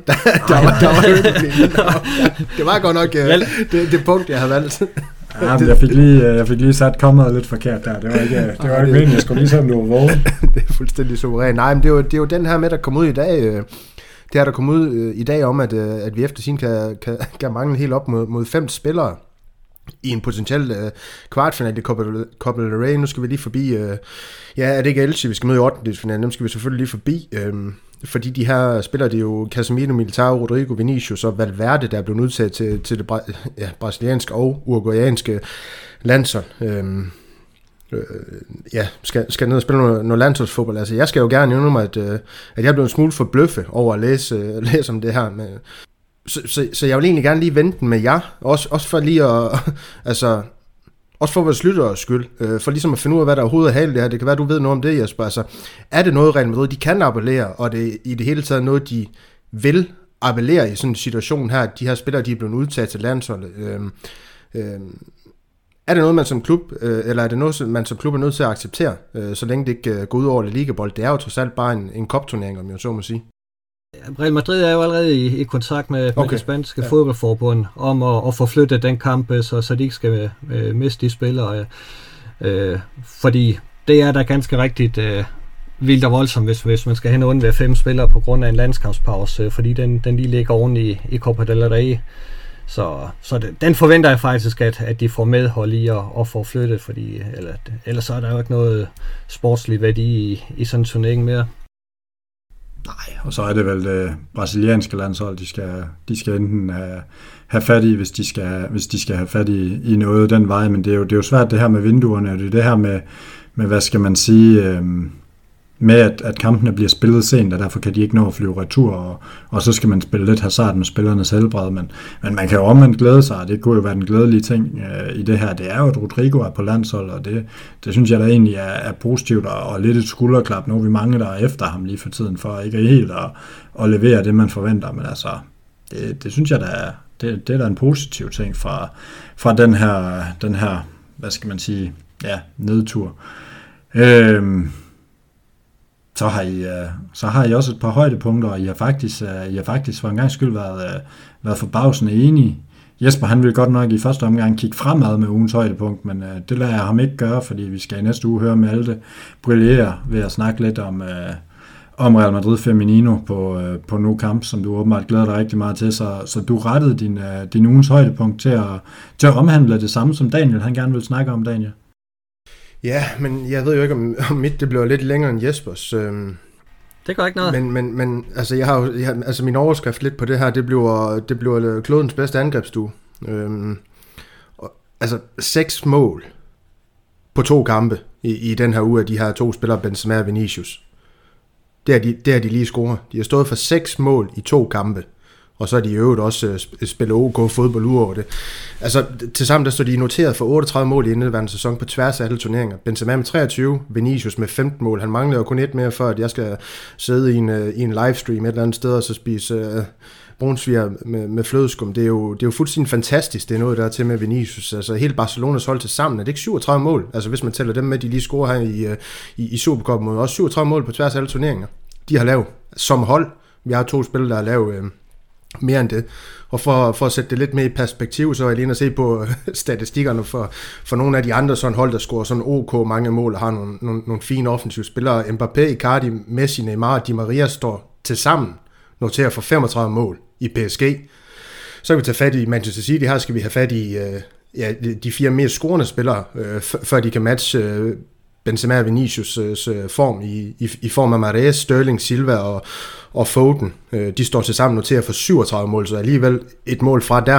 Det var godt nok det punkt, jeg havde valgt.
Ja, men jeg fik lige sat kommet lidt forkert der. Det var ikke meningen, jeg skulle lige sådan løbe vågen.
Det er fuldstændig suverænt. Nej, men det er jo den her med, der kom ud i dag. Det er der kommet ud i dag om, at vi efter sin kan mangle helt op mod 5 spillere i en potentiel kvartfinale i Copa del Rey. Nu skal vi lige forbi, er det ikke Elche, vi skal møde i 8. Dem skal vi selvfølgelig lige forbi, fordi de her spillere, det er jo Casemiro, Militao, Rodrigo, Vinicius og Valverde, der er blevet udtaget til det brasilianske og uruguayanske landshold. Skal ned og spille noget landsholdsfodbold. Altså, jeg skal jo gerne indrømme, at jeg er blevet en smule forbløffet over at læse om det her med. Så jeg vil egentlig gerne lige vente den med jer, også for lige at, altså, også for vores lytteres skyld, for ligesom at finde ud af, hvad der overhovedet er hale det her. Det kan være, du ved noget om det, Jesper. Altså, er det noget, Real Madrid, de kan appellere, og det er i det hele taget noget, de vil appellere i sådan en situation her, at de her spillere, de er blevet udtaget til landsholdet. Er det noget, man som klub, eller er det noget, man som klub er nødt til at acceptere, så længe det ikke går ud over ligabold? Det er jo trods alt bare en cupturnering, om jeg så må sige.
Real Madrid er jo allerede i kontakt med det spanske fodboldforbund om at forflytte den kamp, så de ikke skal miste de spillere. Fordi det er da ganske rigtigt vildt og voldsomt, hvis man skal hen og undvære 5 spillere på grund af en landskampspause, fordi den lige ligger oven i Copa del Rey. Så den forventer jeg faktisk, at de får medhold i at få flyttet, fordi ellers er der jo ikke noget sportsligt værdi i sådan en turnering mere.
Nej, og så er det vel det brasilianske landshold, de skal enten have fat i, hvis de skal have fat i noget den vej, men det er jo svært det her med vinduerne, og det er det her med hvad skal man sige, med at kampene bliver spillet sent, og derfor kan de ikke nå at flyve retur, og så skal man spille lidt hasard med spillernes helbred, men man kan jo omvendt glæde sig, og det kunne jo være den glædelige ting i det her. Det er jo, at Rodrigo er på landshold, og det synes jeg da egentlig er positivt, og lidt et skulderklap. Nu er vi mange, der er efter ham lige for tiden, for ikke helt at levere det, man forventer, men altså, det synes jeg da det er da en positiv ting fra den her, hvad skal man sige, nedtur. Så har I også et par højdepunkter, og I har faktisk for en gang skyld været forbavsende enige Jesper, han vil godt nok i første omgang kigge fremad med ugens højdepunkt, men det lader jeg ham ikke gøre, fordi vi skal i næste uge høre Malte brillere ved at snakke lidt om Real Madrid Femenino på Nou Camp, som du åbenbart glæder dig rigtig meget til, så du rettede din ugens højdepunkt til at omhandle det samme, som Daniel han gerne vil snakke om, Daniel.
Ja, men jeg ved jo ikke, om mit det bliver lidt længere end Jespers.
Det gør ikke noget.
Men altså, jeg har min overskrift lidt på det her, det bliver klodens bedste angrebsstue. Altså 6 mål på 2 kampe i den her uge af de her 2 spillere, Benzema og Vinicius. Det er de lige scoret. De har stået for 6 mål i 2 kampe. Og så er de i øvrigt også spillet OK fodbold ud over det. Altså, tilsammen der står de noteret for 38 mål i indeværende sæson på tværs af alle turneringer. Benzema med 23, Vinicius med 15 mål. Han mangler jo kun 1 mere, for at jeg skal sidde i en livestream et eller andet sted og så spise brunsviger med flødeskum. Det er jo fuldstændig fantastisk, det er noget der til med Vinicius. Altså, hele Barcelonas hold til sammen, er det ikke 37 mål? Altså, hvis man tæller dem med, de lige scorer her i Supercuppen, og også 37 mål på tværs af alle turneringer. De har lavet som hold. Vi har 2 spillere, der har lavet mere end det. Og for at sætte det lidt mere i perspektiv, så er jeg lige inde at se på statistikkerne for nogle af de andre sådan hold, der scorer sådan OK mange mål og har nogle fine offensive spillere. Mbappé, Icardi, Messi, Neymar og Di Maria står til sammen noteret for 35 mål i PSG. Så kan vi tage fat i Manchester City. Her skal vi have fat i de 4 mest scorende spillere, før de kan matche Benzema og Vinicius' form i form af Mahrez, Sterling, Silva og Foden. De står til sammen noteret for 37 mål, så alligevel et mål fra der.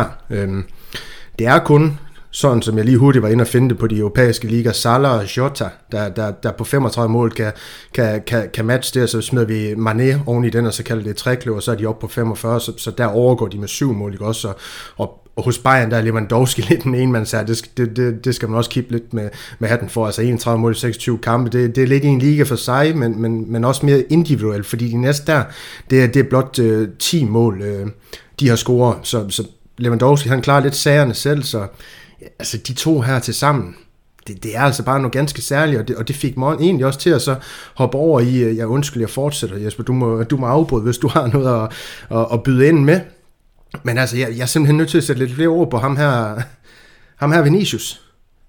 Det er kun, sådan som jeg lige hurtigt var inde og finde det på de europæiske ligaer, Salah og Jota, der på 35 mål kan matche det, så smider vi Mané oven i den, og så kalder det et trækløver, og så er de oppe på 45, så der overgår de med 7 mål, ikke også? Og hos Bayern, der er Lewandowski lidt den ene, man siger, det skal man også kippe lidt med hatten for, altså 31 mål i 26 kampe, det er lidt i en liga for sig, men også mere individuelt, fordi de næste der, det er blot 10 mål, de har scoret, så Lewandowski, han klarer lidt sagerne selv, så altså de 2 her til sammen, det er altså bare noget ganske særligt, og det fik mig egentlig også til at så hoppe over i, jeg fortsætter, Jesper, du må afbryde, hvis du har noget at byde ind med. Men altså, jeg er simpelthen nødt til at sætte lidt flere ord på ham her Vinicius,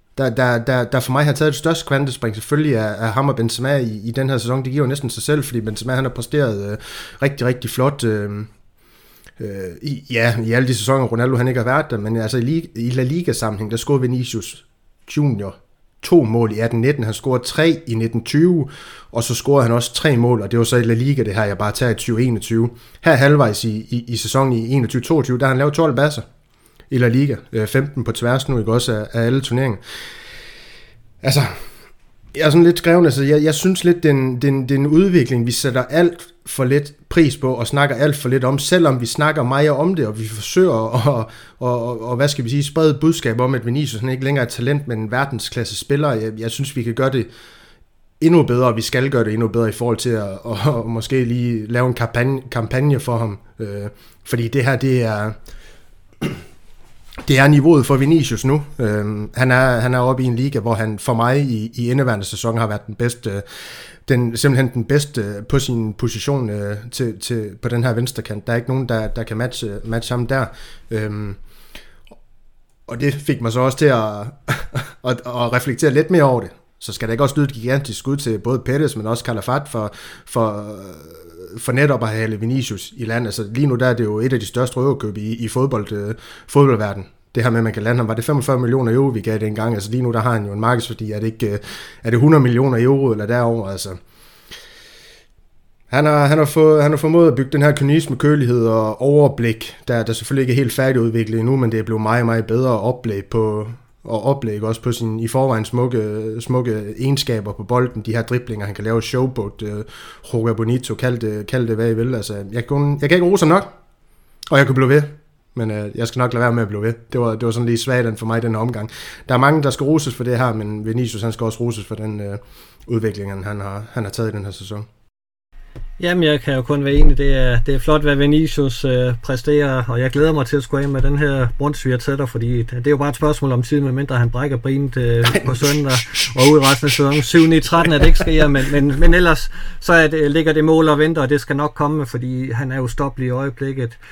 der for mig har taget det største kvantespring, selvfølgelig af ham og Benzema i den her sæson. Det giver jo næsten sig selv, fordi Benzema han har præsteret rigtig, rigtig flot i alle de sæsoner, Ronaldo han ikke har været der, men altså i La Liga-sammenhæng, der scorede Vinicius Junior 2 mål i 18-19, han scorede 3 i 19-20, og så scorede han også 3 mål, og det var så i La Liga, det her, jeg bare tager i 2021. Her halvvejs i sæsonen i 21-22, der har han lavet 12 basser i La Liga, 15 på tværs nu, ikke også af alle turneringer. Altså, jeg er sådan lidt skreven, altså jeg synes lidt, det er en udvikling, vi sætter alt for lidt pris på, og snakker alt for lidt om, selvom vi snakker meget om det, og vi forsøger at hvad skal vi sige, sprede et budskab om, at Vinicius ikke længere er et talent, men en verdensklasse spiller. Jeg synes, vi kan gøre det endnu bedre, og vi skal gøre det endnu bedre i forhold til at måske lige lave en kampagne for ham, fordi det her, det er niveauet for Vinicius nu. Han er oppe i en liga, hvor han for mig i indeværende sæson har været simpelthen den bedste på sin position på den her venstrekant. Der er ikke nogen, der kan matche ham der. Og det fik mig så også til at reflektere lidt mere over det. Så skal der ikke også lyde et gigantisk skud til både Pettis, men også Calafat for netop at have Vinicius i land. Altså lige nu der er det jo et af de største røverkøb i fodboldverden. Det her med, at man kan lande ham, var det 45 millioner euro, vi gav det engang. Altså lige nu, der har han jo en markedsværdi, er det 100 millioner euro eller derover. Altså. Han har formået at bygge den her kynisme, kølighed og overblik, der selvfølgelig ikke er helt færdigudviklet endnu, men det er blevet meget, meget bedre oplæg også på sine i forvejen smukke egenskaber på bolden, de her driblinger, han kan lave showboat, Joga Bonito, kald det hvad I vil. Altså, jeg kan ikke rose nok, og jeg kan blive ved. Men jeg skal nok lade være med at blive ved. Det var sådan lige svagt for mig den her omgang. Der er mange, der skal roses for det her, men Vinicius han skal også roses for den udvikling, han har taget i den her sæson.
Jamen, jeg kan jo kun være enig. Det er flot, hvad Vinicius præsterer, og jeg glæder mig til at skulle af med den her brunsviger til dig, fordi det er jo bare et spørgsmål om tid, medmindre han brækker benet på søndag og ud i resten af sæsonen. 7-9-13 er det ikke sker, men ellers så ligger det mål og venter, og det skal nok komme, fordi han er jo stoppelig i øjeblikket.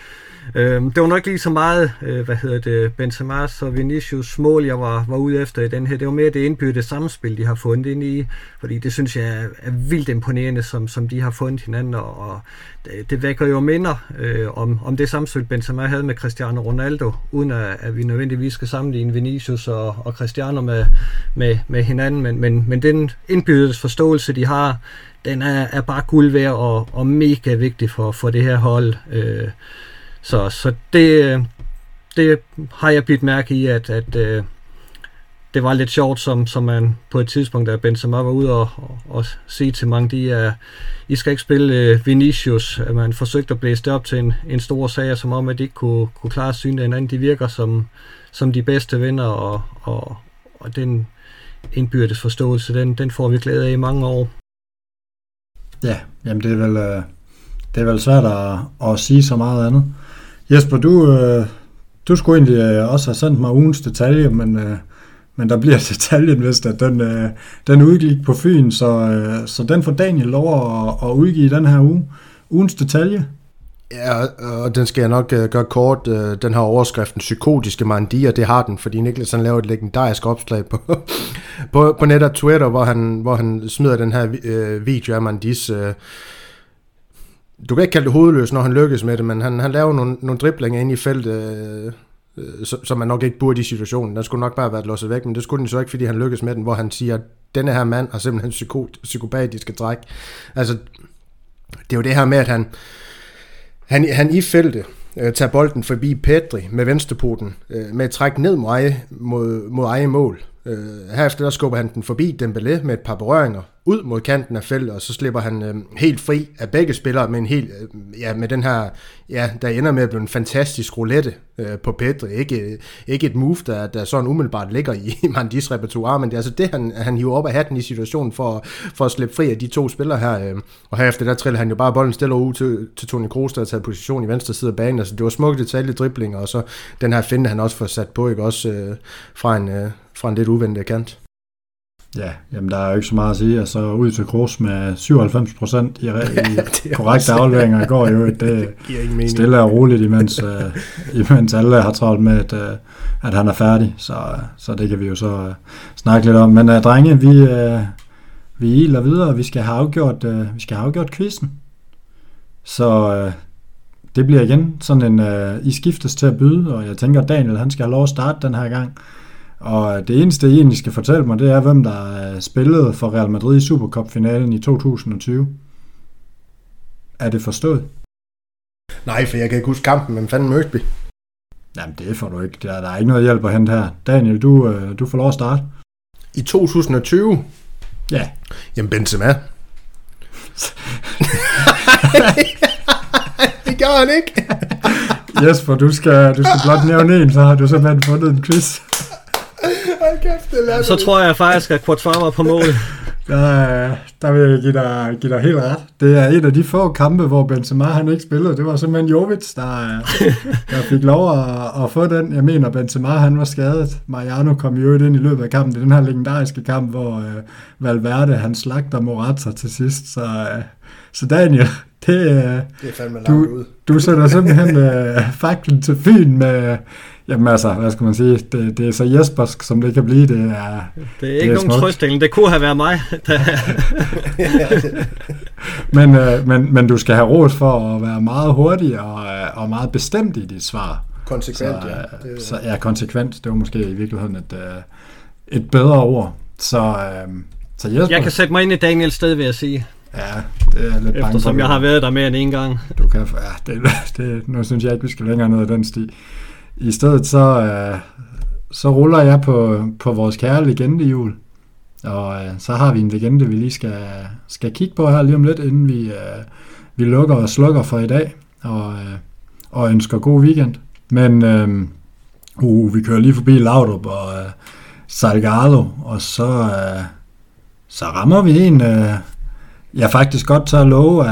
Det var nok lige så meget, Benzema's og Vinicius mål, jeg var ude efter i den her. Det var mere det indbyggede samspil, de har fundet ind i, fordi det synes jeg er vildt imponerende, som de har fundet hinanden, og det vækker jo minder om det samspil, Benzema havde med Cristiano Ronaldo, uden at vi nødvendigvis skal sammenligne Vinicius og Cristiano med hinanden, men den indbyggede forståelse, de har, den er bare guld værd og mega vigtig for det her hold. Så det har jeg bidt mærke i, at det var lidt sjovt, som man på et tidspunkt, da Benzema var ude og sige til mange, I skal ikke spille Vinicius. At man forsøgte at blæse det op til en stor sag, som om, at de ikke kunne klare synet hinanden. De virker som de bedste venner, og den indbyrdes forståelse, den får vi glæde af i mange år.
Ja, jamen det er vel svært at sige så meget andet. Jesper, du skulle egentlig også have sendt mig ugens detalje, men der bliver detaljen vist, at den udgik på Fyn, så den får Daniel lov at udgive den her uge. Ugens detalje.
Ja, og den skal jeg nok gøre kort. Den har overskriften psykotiske Mandier, det har den, fordi Niklas han laver et legendarisk opslag på net af Twitter, hvor han smider den her video af Mandis. Du kan ikke kalde det hovedløs, når han lykkes med det, men han laver nogle driblinger ind i feltet, som man nok ikke burde i situationen. Den skulle nok bare have været låset væk, men det skulle den så ikke, fordi han lykkes med den, hvor han siger, at denne her mand har simpelthen psykopatiske træk. Altså, det er jo det her med, at han i feltet tager bolden forbi Pedri med venstrepoten, med et træk ned mod eget mål. Herefter der skubber han den forbi Dembélé med et par berøringer ud mod kanten af feltet, og så slipper han helt fri af begge spillere med med den her, der ender med at blive en fantastisk roulette på Pedri. Ikke et move, der sådan umiddelbart ligger i Mandis repertoire, men det er altså det, han hiver op af hatten i situationen for at slippe fri af de to spillere her. Og herefter der triller han jo bare bolden stille ud til Toni Kroos, der har taget position i venstre side af banen. Altså det var smukke detaljedriblinger, og så den her finte, han også får sat på, ikke også fra en lidt uventet kant.
Ja, jamen der er jo ikke så meget at sige. Altså ud til Kroos med 97% i korrekte afleveringer i går, jo det stille og roligt, imens alle har travlt med, at han er færdig. Så det kan vi jo så snakke lidt om. Men drenge, vi iler videre. Vi skal have afgjort quizzen. Så det bliver igen sådan en, I skiftes til at byde, og jeg tænker, at Daniel han skal have lov at starte den her gang. Og det eneste, I egentlig skal fortælle mig, det er, hvem der spillede for Real Madrid i Supercup-finalen i 2020. Er det forstået?
Nej, for jeg kan ikke huske kampen, men fanden Møsby.
Jamen, det får du ikke. Der er ikke noget hjælp at hente her. Daniel, du får lov at starte.
I 2020?
Ja.
Jamen, Benzema. Det gør han ikke.
Jesper, du skal blot nævne en, så har du simpelthen fundet en quiz.
Så tror jeg faktisk, at Courtois var på mål.
Der vil jeg give dig helt ret. Det er et af de få kampe, hvor Benzema han ikke spillede. Det var simpelthen Jovic, der fik lov at få den. Jeg mener, Benzema han var skadet. Mariano kom jo ind i løbet af kampen. Det er den her legendariske kamp, hvor Valverde han slagter Morata til sidst. Så Daniel, det er
fandme langt ud.
Du sætter simpelthen faklen til Fyn med... Jamen altså, hvad skal man sige? Det er så Jespersk, som det kan blive. Det
er ikke nogen trøsting. Det kunne have været mig.
men du skal have ros for at være meget hurtig og meget bestemt i dit svar.
Konsekvent,
ja. Konsekvent. Det var måske i virkeligheden et bedre ord. Så Jesper...
Jeg kan sætte mig ind i Daniels sted, vil jeg sige.
Ja, det er lidt bange.
Eftersom jeg har været der mere end en gang.
Du kan... Ja, nu synes jeg ikke, vi skal længere ned af den sti. I stedet så ruller jeg på vores kære legendehjul, og så har vi en legende, vi lige skal kigge på her lige om lidt, inden vi lukker og slukker for i dag, og ønsker god weekend. Men vi kører lige forbi Laudrup og Salgado, og så rammer vi en, jeg faktisk godt tør at love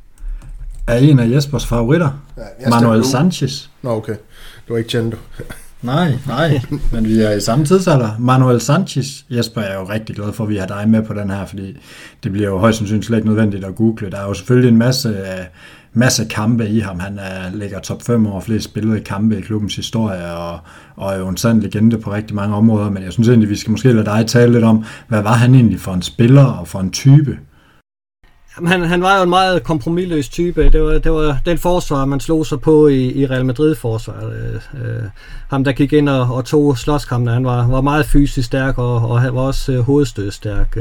er en af Jespers favoritter, Manuel Sanchez.
Nå, okay. Du er ikke Chendo.
Nej, men vi er i samme tidsalder. Manuel Sanchez, Jesper, er jo rigtig glad for, at vi har dig med på den her, fordi det bliver jo højst sandsynligt slet ikke nødvendigt at google. Der er jo selvfølgelig en masse kampe i ham. Han ligger top 5 over flest spillede kampe i klubbens historie, og er jo en sand legende på rigtig mange områder, men jeg synes egentlig, vi skal måske lade dig tale lidt om, hvad var han egentlig for en spiller og for en type?
Han var jo en meget kompromisløs type. Det var den forsvar, man slog sig på i Real Madrid-forsvaret. Ham, der gik ind og tog slåskampene, han var meget fysisk stærk og var også hovedstødstærk.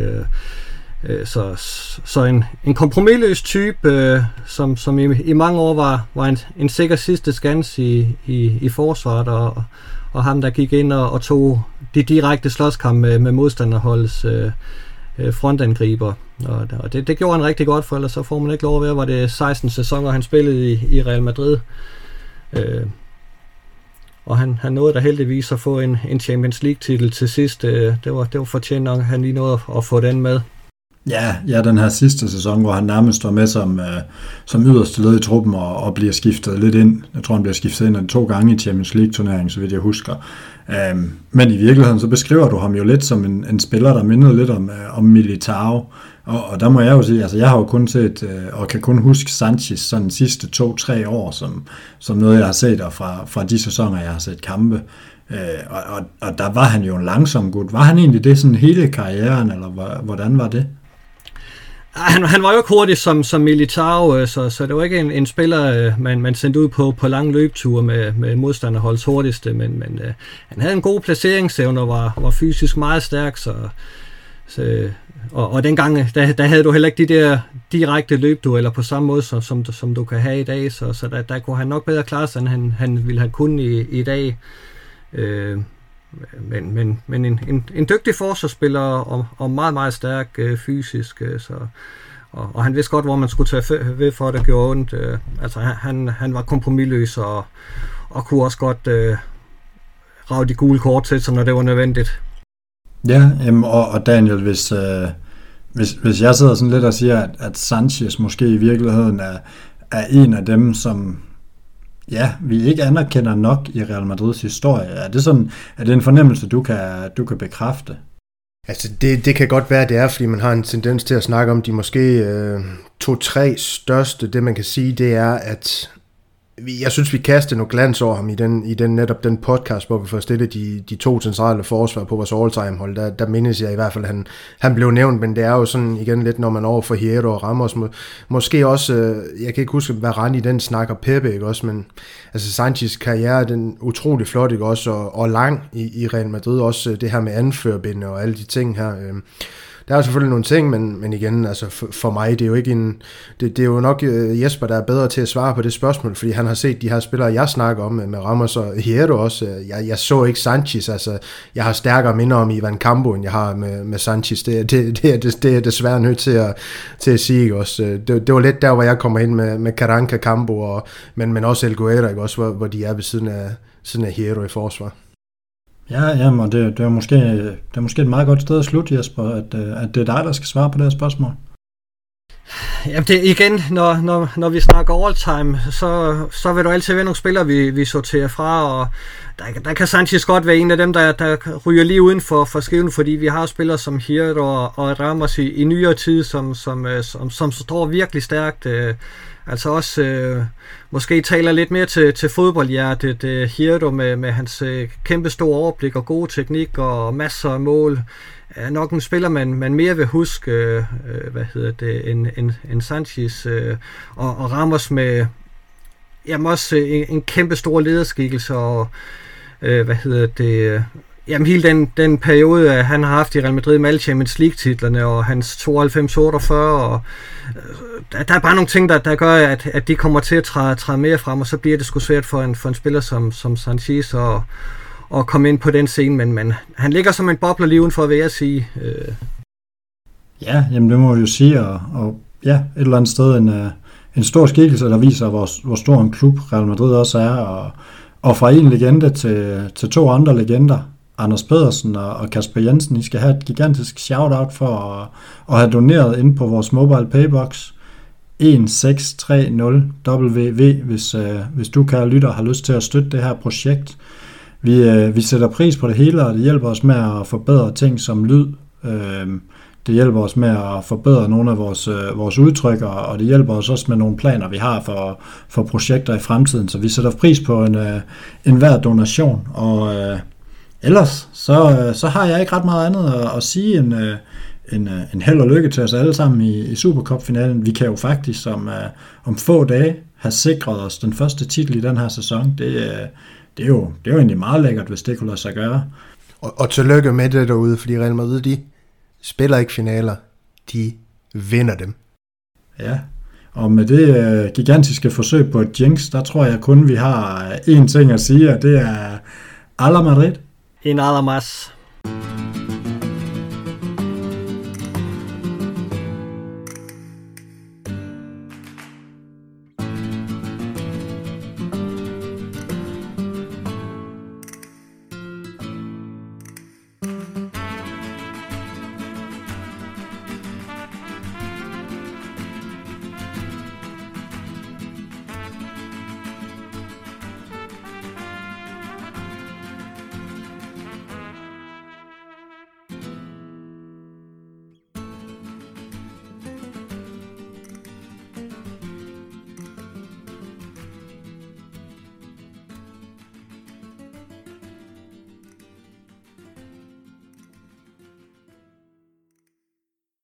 Så en kompromisløs type, som i mange år var en sikker sidste skans i forsvaret, og ham, der gik ind og tog de direkte slåskampe med modstanderholdets frontangriber. Og det gjorde han rigtig godt, for ellers så får man ikke lov at være, var det 16 sæsoner, han spillede i Real Madrid. Og han nåede da heldigvis at få en Champions League-titel til sidst. Det var fortjent, at han lige nåede at få den med.
Ja, den her sidste sæson, hvor han nærmest står med som yderste led i truppen og bliver skiftet lidt ind. Jeg tror, han bliver skiftet ind 2 gange i Champions League-turneringen, så vidt jeg husker. Men i virkeligheden, så beskriver du ham jo lidt som en spiller, der mindede lidt om Militao. Og der må jeg jo sige, altså jeg har jo kun set, og kan kun huske Sanchez sådan de sidste 2-3 år, som noget, jeg har set fra de sæsoner, jeg har set kampe. Og der var han jo en langsom gut. Var han egentlig det sådan hele karrieren, eller hvordan var det?
Han var jo ikke hurtig som Militao, så det var ikke en spiller, man sendte ud på lange løbeture med modstanderholds hurtigste, men han havde en god placeringsevne og var fysisk meget stærk, og dengang, der havde du heller ikke de der direkte løbdueller på samme måde, som du kan have i dag, så der kunne han nok bedre klare sig, end han ville have kunnet i dag. Men en dygtig forsvarsspiller og meget, meget stærk fysisk, og han vidste godt, hvor man skulle tage ved for, at det gjorde ondt. Altså han var kompromisløs og kunne også godt rage de gule kort til sig, når det var nødvendigt.
Ja, og Daniel, hvis jeg sidder sådan lidt og siger, at Sanchez måske i virkeligheden er en af dem, som vi ikke anerkender nok i Real Madrids historie. Er det en fornemmelse, du kan bekræfte?
Altså det kan godt være, det er, fordi man har en tendens til at snakke om de måske 2-3 største. Det man kan sige, det er, at jeg synes, vi kaster noget glans over ham i netop den podcast, hvor vi får stillet de 2 centrale forsvar på vores all-time hold. Der mindes jeg i hvert fald, at han blev nævnt, men det er jo sådan igen lidt, når man over for Hierro og Ramos. Måske også, jeg kan ikke huske, hvad Rani den snakker Pepe, ikke også, men altså Sanchez karriere, den utrolig flot, ikke også, og lang i Real Madrid, også det her med anførbinde og alle de ting her. Der er selvfølgelig nogle ting, men igen, altså for mig, det er jo ikke det er jo nok Jesper, der er bedre til at svare på det spørgsmål, fordi han har set de her spillere, jeg snakker om med Ramos og Hierro også. Jeg så ikke Sanchez, altså jeg har stærkere minder om Ivan Campo, end jeg har med Sanchez. Det er desværre nødt til at sige, ikke også. Det var lidt der, hvor jeg kommer ind med Carranca, Campo, men også El Guerra, ikke også, hvor de er ved siden af Hierro i forsvar.
Ja, og det er måske et meget godt sted at slutte, Jesper, at det er dig, der skal svare på det her spørgsmål.
Jamen det igen, når vi snakker all-time, så vil du altid være nogle spillere, vi sorterer fra, og der kan Sanchez godt være en af dem, der ryger lige uden for skiven, fordi vi har spillere som Hierro og Ramos i nyere tid, som står virkelig stærkt. Altså også måske taler lidt mere til fodboldhjertet. Hierro med hans kæmpe store overblik og gode teknik og masser af mål. Er nok en spiller, man mere vil huske, end Sanchez. Og Ramos med også en kæmpe stor lederskikkelse og jamen hele den periode, han har haft i Real Madrid med alle Champions League-titlerne og hans 92-48, og der er bare nogle ting, der gør, at de kommer til at træde mere frem, og så bliver det sgu svært for en spiller som Sanchez at komme ind på den scene, men han ligger som en bobler lige udenfor, vil jeg sige.
Ja, jamen det må jeg jo sige, og ja, et eller andet sted en stor skikkelse, der viser, hvor stor en klub Real Madrid også er, og fra en legende til 2 andre legender, Anders Pedersen og Kasper Jensen. I skal have et gigantisk shout-out for at have doneret ind på vores mobile paybox 1630WV, hvis du, kære lytter, har lyst til at støtte det her projekt. Vi sætter pris på det hele, og det hjælper os med at forbedre ting som lyd. Det hjælper os med at forbedre nogle af vores udtryk, og det hjælper os også med nogle planer, vi har for projekter i fremtiden. Så vi sætter pris på enhver donation, og ellers så har jeg ikke ret meget andet at sige en held og lykke til os alle sammen i Supercup-finalen. Vi kan jo faktisk om få dage have sikret os den første titel i den her sæson. Det er jo egentlig meget lækkert, hvis det kunne lade sig gøre.
Og tillykke med det derude, fordi Real Madrid, de spiller ikke finaler, de vinder dem.
Ja, og med det gigantiske forsøg på et jinx, der tror jeg kun, vi har én ting at sige, og det er Ala Madrid.
En nada más.